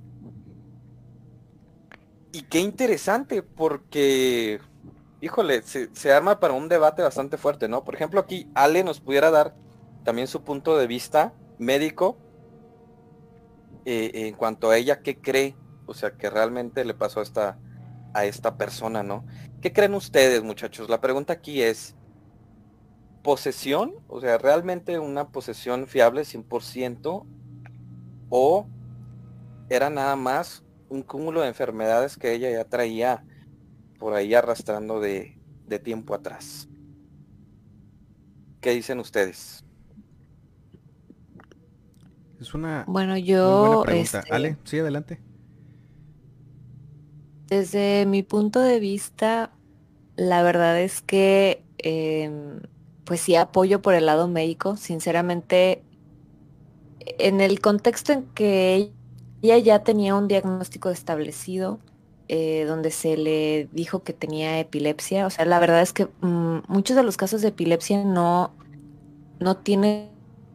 Speaker 1: Y qué interesante, porque... híjole, se, se arma para un debate bastante fuerte, ¿no? Por ejemplo, aquí Ale nos pudiera dar también su punto de vista médico eh, en cuanto a ella, qué cree, o sea, que realmente le pasó a esta, a esta persona, ¿no? ¿Qué creen ustedes, muchachos? La pregunta aquí es, ¿posesión? O sea, ¿realmente una posesión fiable cien por ciento? ¿O era nada más un cúmulo de enfermedades que ella ya traía por ahí arrastrando de, de tiempo atrás? ¿Qué dicen ustedes?
Speaker 2: Es una
Speaker 5: bueno, yo,
Speaker 2: muy buena pregunta.
Speaker 5: Este,
Speaker 2: Ale, sí, adelante.
Speaker 5: Desde mi punto de vista, la verdad es que eh, pues sí apoyo por el lado médico. Sinceramente, en el contexto en que ella ya tenía un diagnóstico establecido, Eh, donde se le dijo que tenía epilepsia. O sea, la verdad es que mmm, muchos de los casos de epilepsia no, no tienen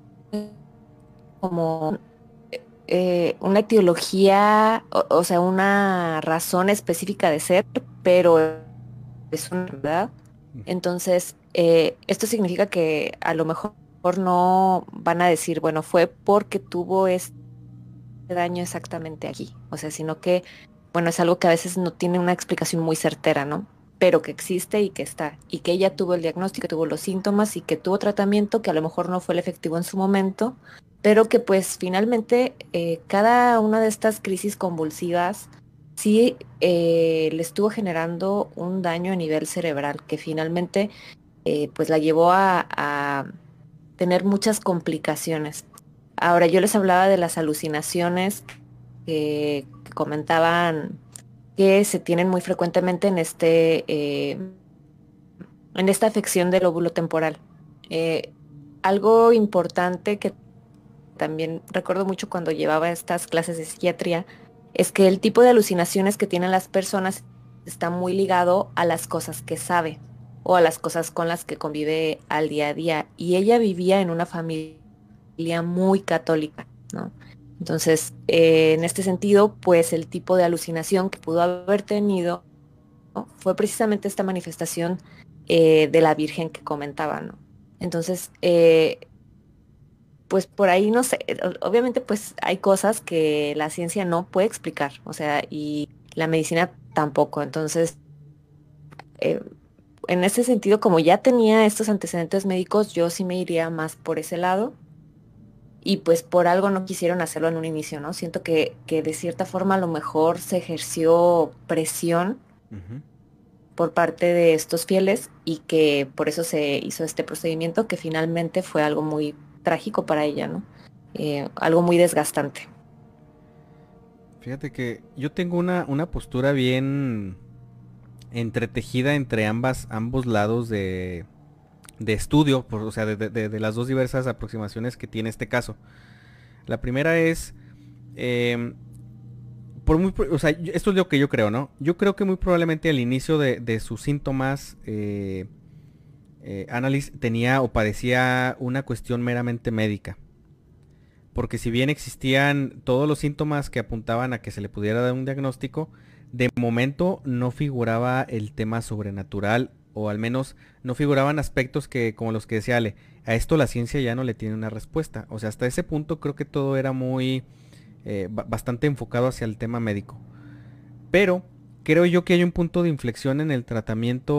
Speaker 5: como eh, una etiología, o, o sea, una razón específica de ser, pero es una enfermedad. Entonces, eh, esto significa que a lo mejor no van a decir, bueno, fue porque tuvo este daño exactamente aquí. O sea, sino que bueno, es algo que a veces no tiene una explicación muy certera, ¿no? Pero que existe y que está. Y que ella tuvo el diagnóstico, tuvo los síntomas y que tuvo tratamiento que a lo mejor no fue el efectivo en su momento, pero que pues finalmente eh, cada una de estas crisis convulsivas sí eh, le estuvo generando un daño a nivel cerebral que finalmente eh, pues la llevó a, a tener muchas complicaciones. Ahora yo les hablaba de las alucinaciones que comentaban que se tienen muy frecuentemente en este eh, en esta afección del lóbulo temporal. Eh, algo importante que también recuerdo mucho cuando llevaba estas clases de psiquiatría es que el tipo de alucinaciones que tienen las personas está muy ligado a las cosas que sabe o a las cosas con las que convive al día a día. Y ella vivía en una familia muy católica, ¿no? Entonces, eh, en este sentido, pues el tipo de alucinación que pudo haber tenido, ¿no? Fue precisamente esta manifestación eh, de la Virgen que comentaba, ¿no? Entonces, eh, pues por ahí no sé, obviamente pues hay cosas que la ciencia no puede explicar, o sea, y la medicina tampoco. Entonces, eh, en ese sentido, como ya tenía estos antecedentes médicos, yo sí me iría más por ese lado. Y pues por algo no quisieron hacerlo en un inicio, ¿no? Siento que, que de cierta forma a lo mejor se ejerció presión uh-huh. por parte de estos fieles y que por eso se hizo este procedimiento que finalmente fue algo muy trágico para ella, ¿no? Eh, algo muy desgastante.
Speaker 2: Fíjate que yo tengo una, una postura bien entretejida entre ambas, ambos lados de... de estudio, por, o sea, de, de, de las dos diversas aproximaciones que tiene este caso. La primera es, eh, por muy, o sea, esto es lo que yo creo, ¿no? Yo creo que muy probablemente al inicio de, de sus síntomas, eh, eh, Annalise tenía o padecía una cuestión meramente médica. Porque si bien existían todos los síntomas que apuntaban a que se le pudiera dar un diagnóstico, de momento no figuraba el tema sobrenatural, o al menos no figuraban aspectos que, como los que decía Ale, a esto la ciencia ya no le tiene una respuesta. O sea, hasta ese punto creo que todo era muy, eh, bastante enfocado hacia el tema médico. Pero creo yo que hay un punto de inflexión en el tratamiento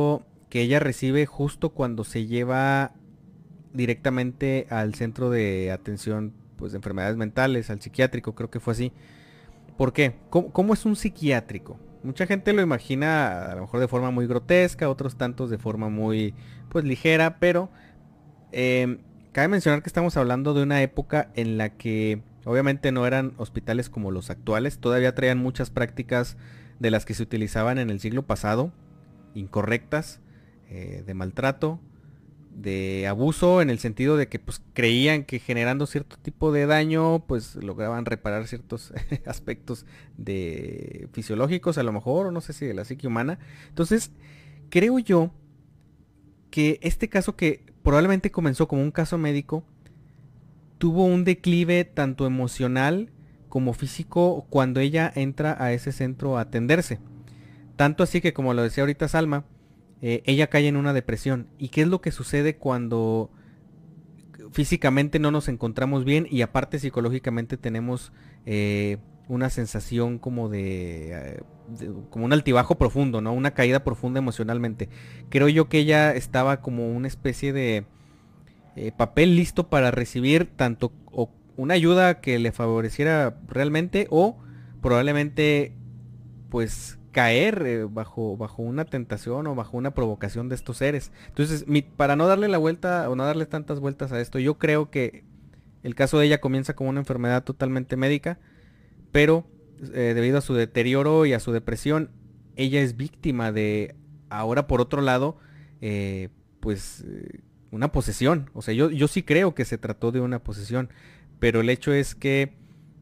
Speaker 2: que ella recibe justo cuando se lleva directamente al centro de atención pues de enfermedades mentales, al psiquiátrico, creo que fue así. ¿Por qué? ¿Cómo, cómo es un psiquiátrico? Mucha gente lo imagina a lo mejor de forma muy grotesca, otros tantos de forma muy pues ligera, pero eh, cabe mencionar que estamos hablando de una época en la que obviamente no eran hospitales como los actuales, todavía traían muchas prácticas de las que se utilizaban en el siglo pasado, incorrectas, eh, de maltrato, de abuso, en el sentido de que pues creían que generando cierto tipo de daño pues lograban reparar ciertos aspectos de fisiológicos a lo mejor, o no sé si de la psique humana. Entonces creo yo que este caso, que probablemente comenzó como un caso médico, tuvo un declive tanto emocional como físico cuando ella entra a ese centro a atenderse. Tanto así que, como lo decía ahorita Salma, eh, ella cae en una depresión. ¿Y qué es lo que sucede cuando físicamente no nos encontramos bien y aparte psicológicamente tenemos eh, una sensación como de, eh, de como un altibajo profundo, ¿no? Una caída profunda emocionalmente? Creo yo que ella estaba como una especie de eh, papel listo para recibir tanto o una ayuda que le favoreciera realmente, o probablemente pues caer eh, bajo, bajo una tentación o bajo una provocación de estos seres. Entonces, mi, para no darle la vuelta o no darle tantas vueltas a esto, yo creo que el caso de ella comienza como una enfermedad totalmente médica, pero eh, debido a su deterioro y a su depresión, ella es víctima de, ahora por otro lado, eh, pues eh, una posesión. O sea, yo, yo sí creo que se trató de una posesión, pero el hecho es que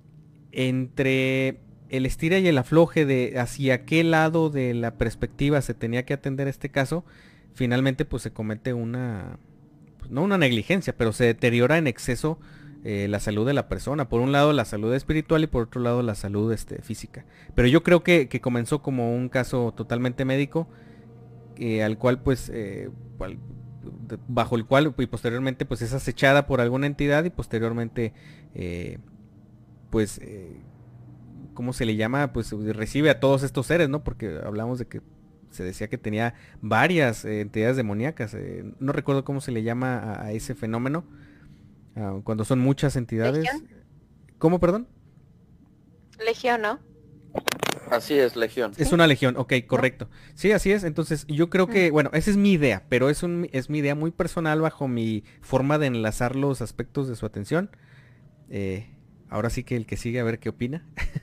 Speaker 2: entre el estira y el afloje de hacia qué lado de la perspectiva se tenía que atender este caso, finalmente pues se comete una, pues, no una negligencia, pero se deteriora en exceso eh, la salud de la persona. Por un lado la salud espiritual y por otro lado la salud este, física. Pero yo creo que, que comenzó como un caso totalmente médico, eh, al cual pues, eh, cual, de, bajo el cual y posteriormente pues es acechada por alguna entidad y posteriormente eh, pues... Eh, ¿cómo se le llama? Pues recibe a todos estos seres, ¿no? Porque hablamos de que se decía que tenía varias eh, entidades demoníacas. Eh, no recuerdo cómo se le llama a, a ese fenómeno. Uh, cuando son muchas entidades.
Speaker 3: ¿Legión?
Speaker 2: ¿Cómo, perdón?
Speaker 3: Legión, ¿no?
Speaker 1: Así es, legión.
Speaker 2: Es una legión, ok, correcto. Sí, así es. Entonces yo creo que, bueno, esa es mi idea, pero es, un, es mi idea muy personal bajo mi forma de enlazar los aspectos de su atención. Eh, ahora sí que el que sigue a ver qué opina.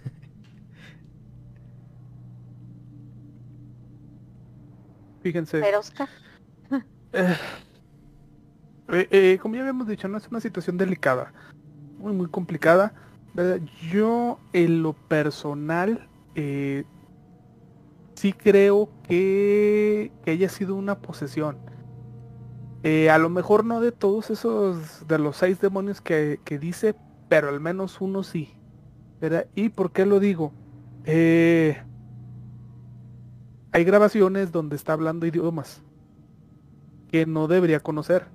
Speaker 4: Fíjense.
Speaker 3: Pero Oscar.
Speaker 4: Eh, eh, eh, como ya habíamos dicho, no es una situación delicada, muy muy complicada, ¿verdad? Yo en lo personal eh, sí creo que, que haya sido una posesión. Eh, a lo mejor no de todos esos, de los seis demonios que, que dice, pero al menos uno sí, ¿verdad? ¿Y por qué lo digo? Eh, hay grabaciones donde está hablando idiomas que no debería conocer.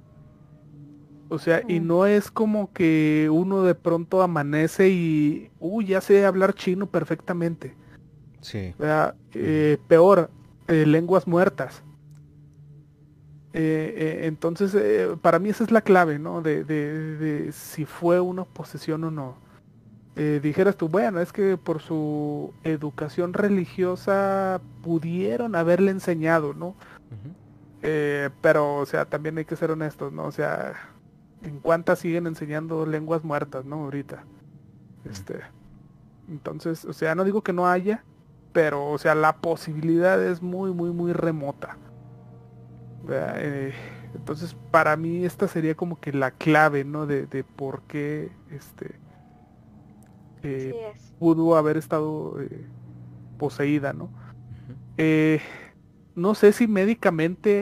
Speaker 4: O sea, y no es como que uno de pronto amanece y, uy, ya sé hablar chino perfectamente.
Speaker 2: Sí.
Speaker 4: ¿Verdad? Eh, peor, eh, lenguas muertas. Eh, eh, entonces, eh, para mí esa es la clave, ¿no? De, de, de si fue una posesión o no. Eh, dijeras tú, bueno, es que por su educación religiosa pudieron haberle enseñado, ¿no?
Speaker 2: Uh-huh.
Speaker 4: Eh, pero, o sea, también hay que ser honestos, ¿no? O sea, ¿en cuántas siguen enseñando lenguas muertas, ¿no? Ahorita. Este, entonces, o sea, no digo que no haya, pero, o sea, la posibilidad es muy, muy, muy remota. Eh, entonces, para mí esta sería como que la clave, ¿no? De, de por qué, este, eh,
Speaker 3: Así es.
Speaker 4: pudo haber estado eh, poseída, ¿no?
Speaker 2: Uh-huh.
Speaker 4: Eh, no sé si médicamente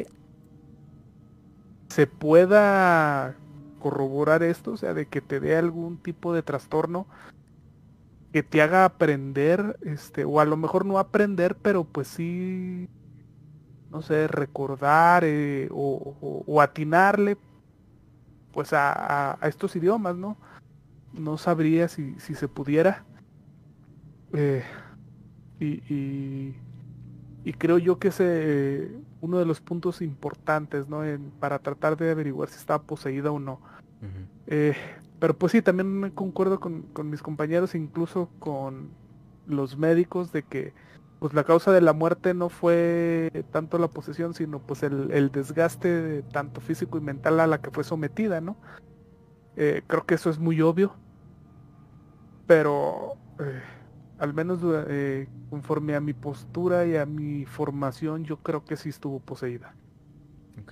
Speaker 4: se pueda corroborar esto, o sea, de que te dé algún tipo de trastorno que te haga aprender, este, o a lo mejor no aprender, pero pues sí, no sé, recordar eh, o, o, o atinarle, pues a, a, a estos idiomas, ¿no? No sabría si, si se pudiera. Eh, y, y, y creo yo que ese uno de los puntos importantes, ¿no? En- para tratar de averiguar si estaba poseída o no.
Speaker 2: Ujú.
Speaker 4: Eh, pero pues sí, también concuerdo con, con mis compañeros, incluso con los médicos, de que pues la causa de la muerte no fue tanto la posesión, sino pues el, el desgaste tanto físico y mental a la que fue sometida, ¿no? Eh, creo que eso es muy obvio, pero eh, al menos eh, conforme a mi postura y a mi formación, yo creo que sí estuvo poseída.
Speaker 2: Ok.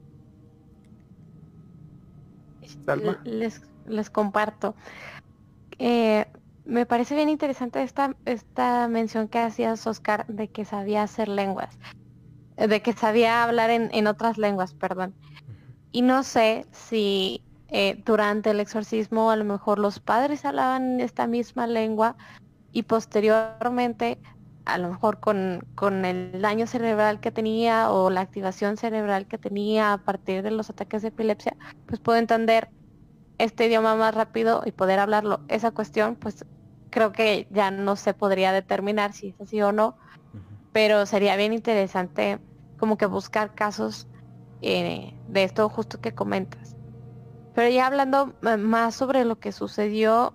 Speaker 3: L-
Speaker 4: Salma.
Speaker 3: Les, les comparto. Eh, Me parece bien interesante esta, esta mención que hacías, Oscar, de que sabía hacer lenguas, eh, de que sabía hablar en, en otras lenguas, perdón. Y no sé si eh, durante el exorcismo a lo mejor los padres hablaban esta misma lengua y posteriormente, a lo mejor con, con el daño cerebral que tenía o la activación cerebral que tenía a partir de los ataques de epilepsia, pues puedo entender este idioma más rápido y poder hablarlo. Esa cuestión, pues creo que ya no se podría determinar si es así o no,
Speaker 2: Ujú.
Speaker 3: pero sería bien interesante como que buscar casos eh, de esto justo que comentas. Pero ya hablando eh, más sobre lo que sucedió,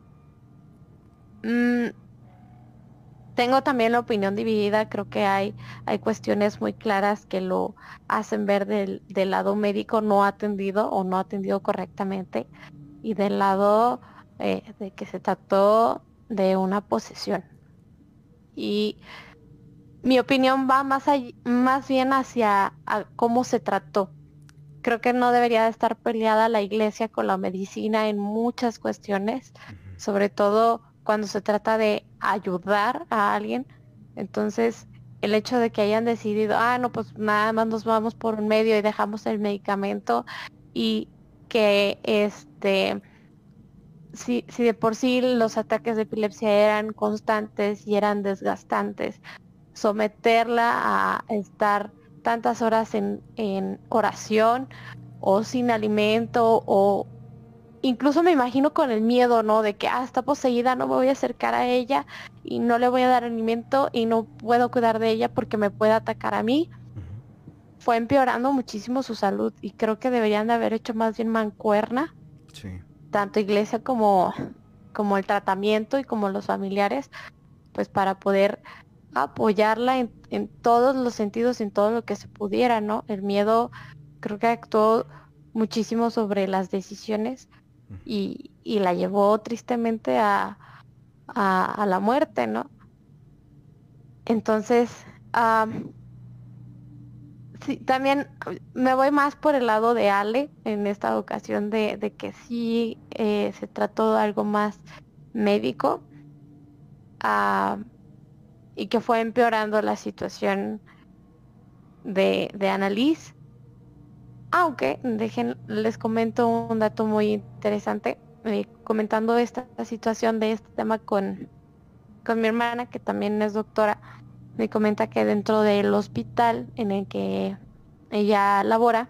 Speaker 3: mm, tengo también la opinión dividida. Creo que hay, hay cuestiones muy claras que lo hacen ver del, del lado médico no atendido o no atendido correctamente y del lado eh, de que se trató de una posesión. Y mi opinión va más, all- más bien hacia a cómo se trató. Creo que no debería de estar peleada la iglesia con la medicina en muchas cuestiones,
Speaker 2: Ujú.
Speaker 3: sobre todo cuando se trata de ayudar a alguien. Entonces, el hecho de que hayan decidido, ah, no, pues nada más nos vamos por un medio y dejamos el medicamento y que este si, si de por sí los ataques de epilepsia eran constantes y eran desgastantes, someterla a estar tantas horas en, en oración o sin alimento o incluso me imagino con el miedo, ¿no? De que, ah, está poseída, no me voy a acercar a ella y no le voy a dar alimento y no puedo cuidar de ella porque me puede atacar a mí.
Speaker 2: Ujú.
Speaker 3: Fue empeorando muchísimo su salud y creo que deberían de haber hecho más bien mancuerna
Speaker 2: Sí.
Speaker 3: tanto iglesia como, como el tratamiento y como los familiares, pues para poder apoyarla en, en todos los sentidos, en todo lo que se pudiera, ¿no? El miedo creo que actuó muchísimo sobre las decisiones
Speaker 2: Ujú.
Speaker 3: y, y la llevó tristemente a, a, a la muerte, ¿no? Entonces, am, sí, también eh, me voy más por el lado de Ale en esta ocasión de, de que sí eh, se trató de algo más médico, ah, y que fue empeorando la situación de, de Annalise. Aunque, dejen, les comento un dato muy interesante, eh, comentando esta situación de este tema con, con mi hermana, que también es doctora, me comenta que dentro del hospital en el que ella labora,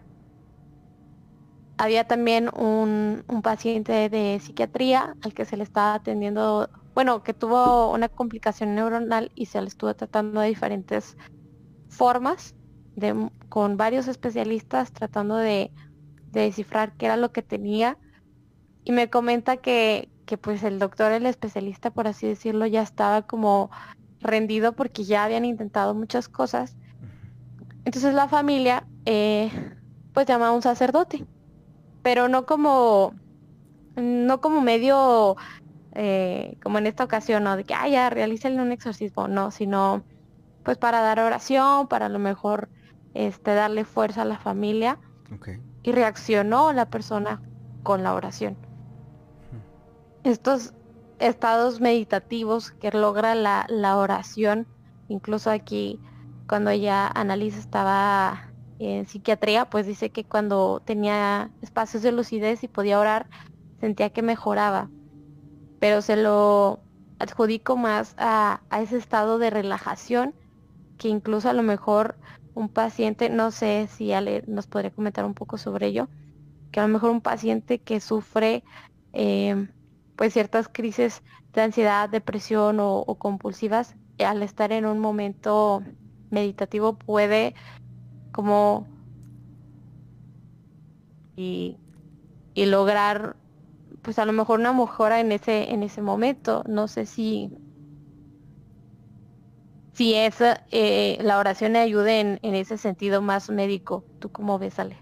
Speaker 3: había también un, un paciente de psiquiatría al que se le estaba atendiendo, bueno, que tuvo una complicación neuronal y se le estuvo tratando de diferentes formas, de, m- con varios especialistas tratando de, de descifrar qué era lo que tenía. Y me comenta que, que pues el doctor, el especialista, por así decirlo, ya estaba como rendido porque ya habían intentado muchas cosas. Entonces la familia eh, pues llama a un sacerdote, pero no como no como medio, eh, como en esta ocasión, ¿no? De que, ah, ya, realícenle un exorcismo, no, sino pues para dar oración, para a lo mejor este, darle fuerza a la familia.
Speaker 2: Ok.
Speaker 3: Y reaccionó la persona con la oración. Estos estados meditativos que logra la, la oración, incluso aquí cuando ella analiza estaba en psiquiatría, pues dice que cuando tenía espacios de lucidez y podía orar, sentía que mejoraba, pero se lo adjudico más a, a ese estado de relajación que incluso a lo mejor un paciente, no sé si Ale nos podría comentar un poco sobre ello, que a lo mejor un paciente que sufre em, pues ciertas crisis de ansiedad, depresión o, o compulsivas, eh, al estar en un momento meditativo puede como y, y lograr pues a lo mejor una mejora en ese en ese momento. No sé si si esa eh, la oración le ayude en, en ese sentido más médico. ¿Tú cómo ves, Ale?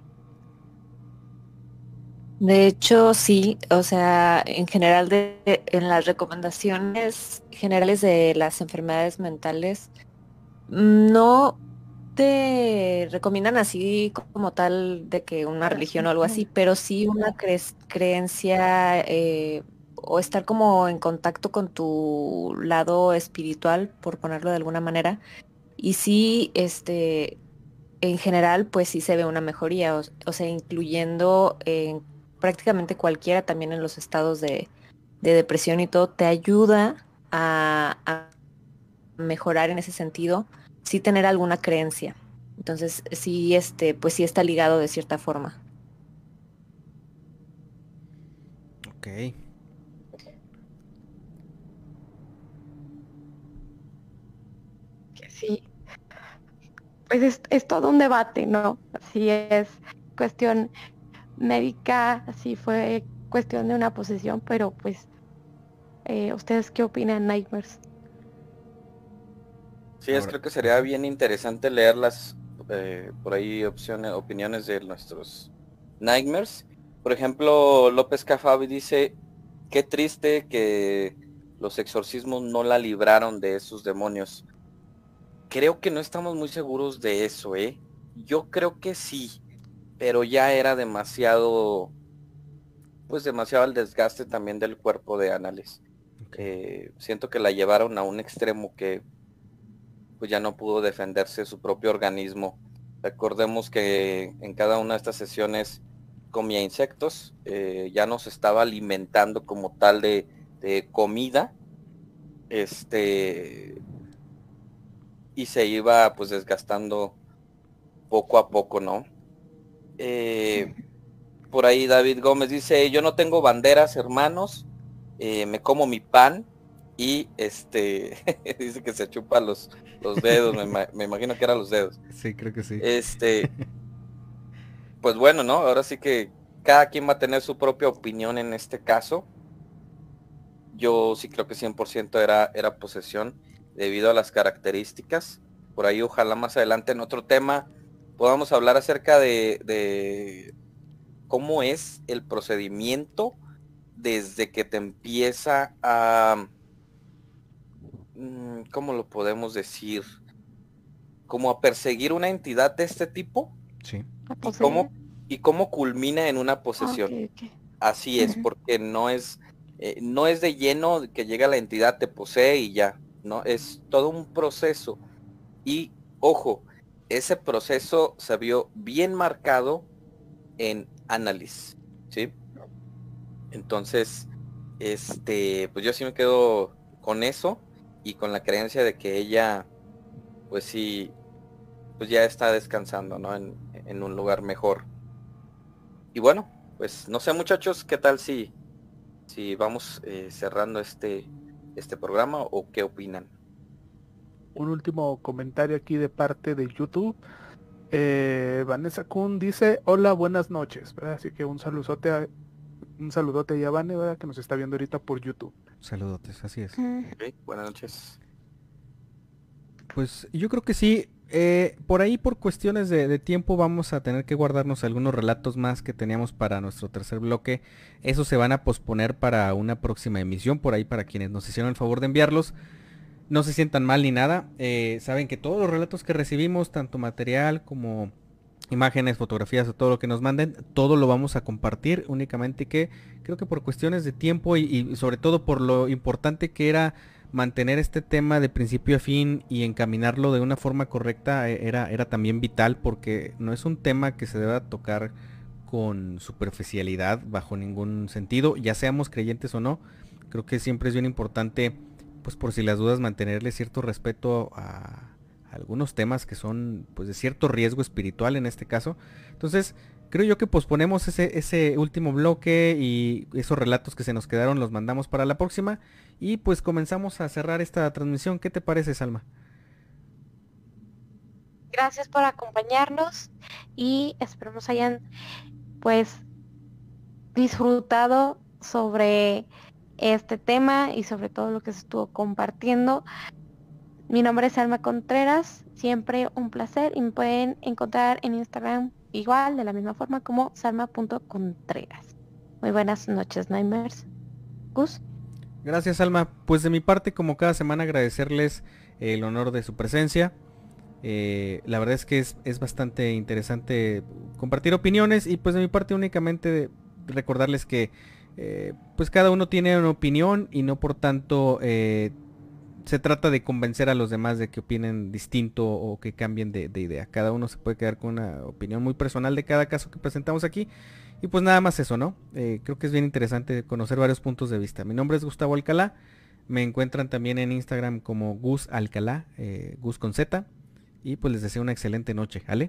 Speaker 5: De hecho, sí, o sea, en general de, en las recomendaciones generales de las enfermedades mentales, no te recomiendan así como tal de que una religión o algo así, pero sí una cre- creencia eh, o estar como en contacto con tu lado espiritual, por ponerlo de alguna manera. Y sí, este, en general, pues sí se ve una mejoría, o, o sea, incluyendo en prácticamente cualquiera, también en los estados de, de depresión y todo, te ayuda a, a mejorar en ese sentido, sí tener alguna creencia. Entonces, sí, este, pues sí está ligado de cierta forma.
Speaker 2: Ok.
Speaker 3: Que sí, pues es, es todo un debate, ¿no? Así es cuestión médica, así fue cuestión de una posesión, pero pues, eh, ¿ustedes qué opinan, Nightmares?
Speaker 1: Sí, es
Speaker 2: Ahora,
Speaker 1: creo que sería bien interesante leer las eh, por ahí opciones, opiniones de nuestros Nightmares. Por ejemplo, López Cafabi dice, qué triste que los exorcismos no la libraron de esos demonios. Creo que no estamos muy seguros de eso, ¿eh? Yo creo que sí, pero ya era demasiado, pues demasiado el desgaste también del cuerpo de Annalise.
Speaker 2: ok.
Speaker 1: Eh, siento que la llevaron a un extremo que pues ya no pudo defenderse su propio organismo. Recordemos que en cada una de estas sesiones comía insectos, eh, ya no se estaba alimentando como tal de, de comida, este, y se iba pues desgastando poco a poco, ¿no? Eh, por ahí David Gómez dice, yo no tengo banderas, hermanos, eh, me como mi pan y este, dice que se chupa los, los dedos, me, me imagino que eran los dedos.
Speaker 2: Sí, creo que sí.
Speaker 1: Este, pues bueno, ¿no? Ahora sí que cada quien va a tener su propia opinión en este caso. Yo sí creo que cien por ciento era, era posesión debido a las características. Por ahí ojalá más adelante en otro tema podamos hablar acerca de, de cómo es el procedimiento desde que te empieza a, mm, ¿cómo lo podemos decir? Como a perseguir una entidad de este tipo
Speaker 2: Sí.
Speaker 3: ¿A
Speaker 1: y
Speaker 3: poseer?
Speaker 1: cómo, y cómo culmina en una
Speaker 3: Ah,
Speaker 1: posesión.
Speaker 3: ok, ok.
Speaker 1: Así es,
Speaker 3: Ujú.
Speaker 1: porque no es, eh, no es de lleno que llega la entidad, te posee y ya, ¿no? Es todo un proceso. Y ojo, ese proceso se vio bien marcado en Annalise, ¿sí? Entonces, este, pues yo sí me quedo con eso y con la creencia de que ella, pues sí, pues ya está descansando, ¿no? En, en un lugar mejor. Y bueno, pues no sé muchachos, ¿qué tal si, si vamos eh, cerrando este, este programa o qué opinan?
Speaker 4: Un último comentario aquí de parte de YouTube. Eh, Vanessa Kun dice, hola, buenas noches, ¿verdad? Así que un saludote a, un saludote ahí a Vane, ¿verdad? Que nos está viendo ahorita por YouTube.
Speaker 2: Saludotes, así es.
Speaker 3: Mm,
Speaker 1: Ok, buenas noches.
Speaker 2: Pues yo creo que sí. Eh, por ahí, por cuestiones de, de tiempo, vamos a tener que guardarnos algunos relatos más que teníamos para nuestro tercer bloque. Esos se van a posponer para una próxima emisión. Por ahí, para quienes nos hicieron el favor de enviarlos, no se sientan mal ni nada. Eh, saben que todos los relatos que recibimos, tanto material como imágenes, fotografías o todo lo que nos manden, todo lo vamos a compartir. Únicamente que creo que por cuestiones de tiempo y, y sobre todo por lo importante que era mantener este tema de principio a fin y encaminarlo de una forma correcta, era, era también vital, porque no es un tema que se deba tocar con superficialidad bajo ningún sentido, ya seamos creyentes o no. Creo que siempre es bien importante, pues por si las dudas, mantenerle cierto respeto a algunos temas que son pues de cierto riesgo espiritual en este caso. Entonces creo yo que posponemos ese, ese último bloque y esos relatos que se nos quedaron los mandamos para la próxima y pues comenzamos a cerrar esta transmisión. ¿Qué te parece, Salma?
Speaker 3: gracias por acompañarnos y esperemos hayan pues disfrutado sobre este tema y sobre todo lo que se estuvo compartiendo. Mi nombre es Alma Contreras, siempre un placer y me pueden encontrar en Instagram igual, de la misma forma como salma punto contreras. Muy buenas noches, Nightmares. Gus.
Speaker 2: Gracias, Alma. Pues de mi parte, como cada semana, agradecerles el honor de su presencia. Eh, la verdad es que es, es bastante interesante compartir opiniones y pues de mi parte únicamente recordarles que eh, pues cada uno tiene una opinión y no por tanto eh, se trata de convencer a los demás de que opinen distinto o que cambien de, de idea. Cada uno se puede quedar con una opinión muy personal de cada caso que presentamos aquí. Y pues nada más eso, ¿no? Eh, creo que es bien interesante conocer varios puntos de vista. Mi nombre es Gustavo Alcalá. Me encuentran también en Instagram como Gus Alcalá, eh, Gus con Z. Y pues les deseo una excelente noche. ¿Ale?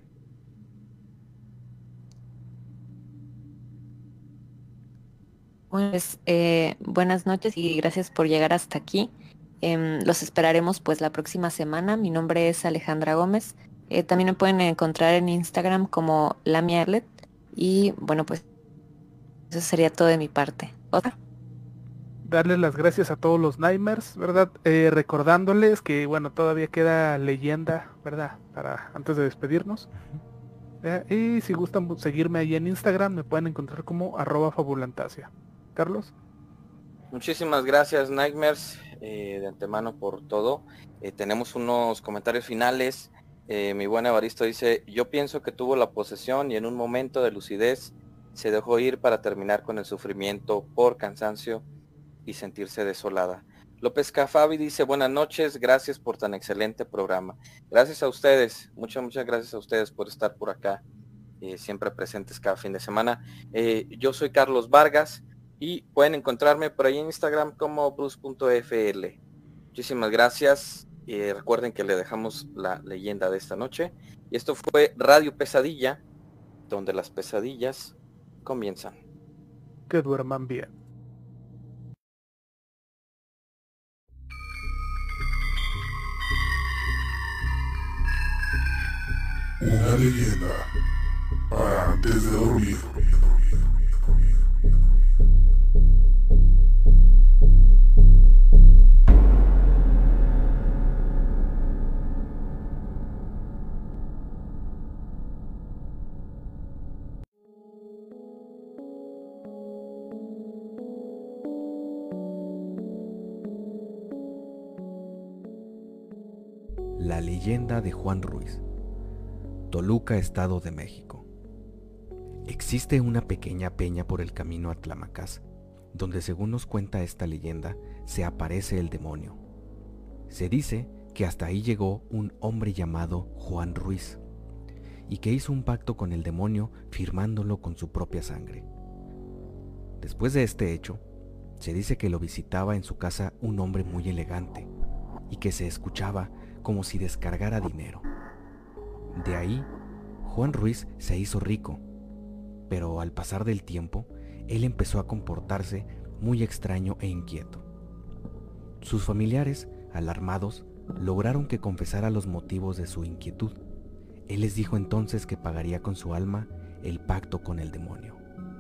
Speaker 5: Pues eh, buenas noches y gracias por llegar hasta aquí. Eh, los esperaremos pues la próxima semana. Mi nombre es Alejandra Gómez. Eh, también me pueden encontrar en Instagram como Lamia Erlet. Y bueno, pues eso sería todo de mi parte. ¿Otra?
Speaker 4: Darles las gracias a todos los Nightmares, ¿verdad? Eh, recordándoles que, bueno, todavía queda leyenda, ¿verdad? Para antes de despedirnos. Eh, y si gustan seguirme ahí en Instagram, me pueden encontrar como arroba fabulantasia. Carlos.
Speaker 1: Muchísimas gracias, Nightmares, eh, de antemano por todo. Eh, tenemos unos comentarios finales. Eh, mi buen Evaristo dice, yo pienso que tuvo la posesión y en un momento de lucidez se dejó ir para terminar con el sufrimiento por cansancio y sentirse desolada. López Cafabi dice, buenas noches, gracias por tan excelente programa. Gracias a ustedes, muchas, muchas gracias a ustedes por estar por acá, eh, siempre presentes cada fin de semana. Eh, yo soy Carlos Vargas y pueden encontrarme por ahí en Instagram como bruce punto f l. Muchísimas gracias. Eh, recuerden que le dejamos la leyenda de esta noche. Y esto fue Radio Pesadilla, donde las pesadillas comienzan.
Speaker 4: Que duerman bien.
Speaker 6: Una leyenda para antes de dormir.
Speaker 2: La leyenda de Juan Ruiz. Toluca, Estado de México. Existe una pequeña peña por el camino a Tlamacás, donde según nos cuenta esta leyenda, se aparece el demonio. Se dice que hasta ahí llegó un hombre llamado Juan Ruiz, y que hizo un pacto con el demonio firmándolo con su propia sangre. Después de este hecho, se dice que lo visitaba en su casa un hombre muy elegante, y que se escuchaba como si descargara dinero. De ahí, Juan Ruiz se hizo rico, pero al pasar del tiempo, él empezó a comportarse muy extraño e inquieto. Sus familiares, alarmados, lograron que confesara los motivos de su inquietud. Él les dijo entonces que pagaría con su alma el pacto con el demonio.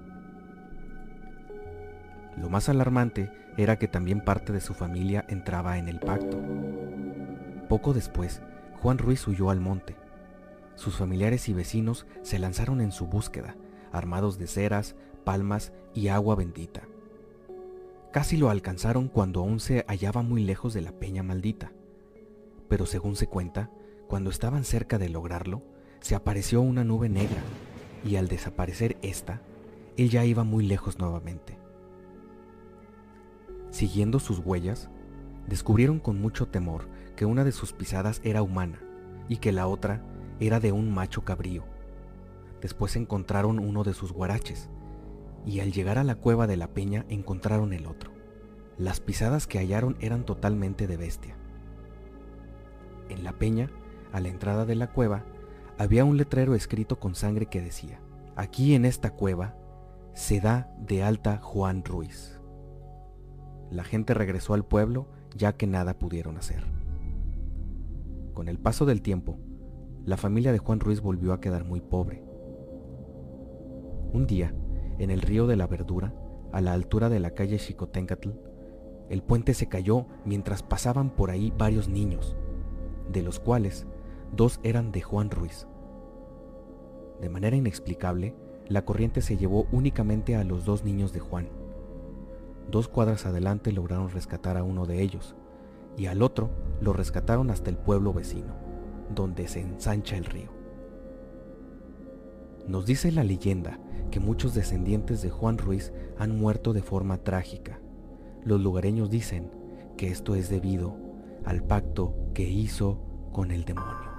Speaker 2: Lo más alarmante era que también parte de su familia entraba en el pacto. Poco después, Juan Ruiz huyó al monte. Sus familiares y vecinos se lanzaron en su búsqueda, armados de ceras, palmas y agua bendita. Casi lo alcanzaron cuando aún se hallaba muy lejos de la peña maldita. Pero según se cuenta, cuando estaban cerca de lograrlo, se apareció una nube negra, y al desaparecer esta, él ya iba muy lejos nuevamente. Siguiendo sus huellas, descubrieron con mucho temor que una de sus pisadas era humana y que la otra era de un macho cabrío. Después encontraron uno de sus guaraches, y al llegar a la cueva de la peña encontraron el otro. Las pisadas que hallaron eran totalmente de bestia. En la peña, a la entrada de la cueva, había un letrero escrito con sangre que decía: aquí en esta cueva se da de alta Juan Ruiz. La gente regresó al pueblo ya que nada pudieron hacer. Con el paso del tiempo, la familia de Juan Ruiz volvió a quedar muy pobre. Un día, en el río de la Verdura, a la altura de la calle Xicoténcatl, el puente se cayó mientras pasaban por ahí varios niños, de los cuales dos eran de Juan Ruiz. De manera inexplicable, la corriente se llevó únicamente a los dos niños de Juan. Dos cuadras adelante lograron rescatar a uno de ellos, y al otro lo rescataron hasta el pueblo vecino, donde se ensancha el río. Nos dice la leyenda que muchos descendientes de Juan Ruiz han muerto de forma trágica. Los lugareños dicen que esto es debido al pacto que hizo con el demonio.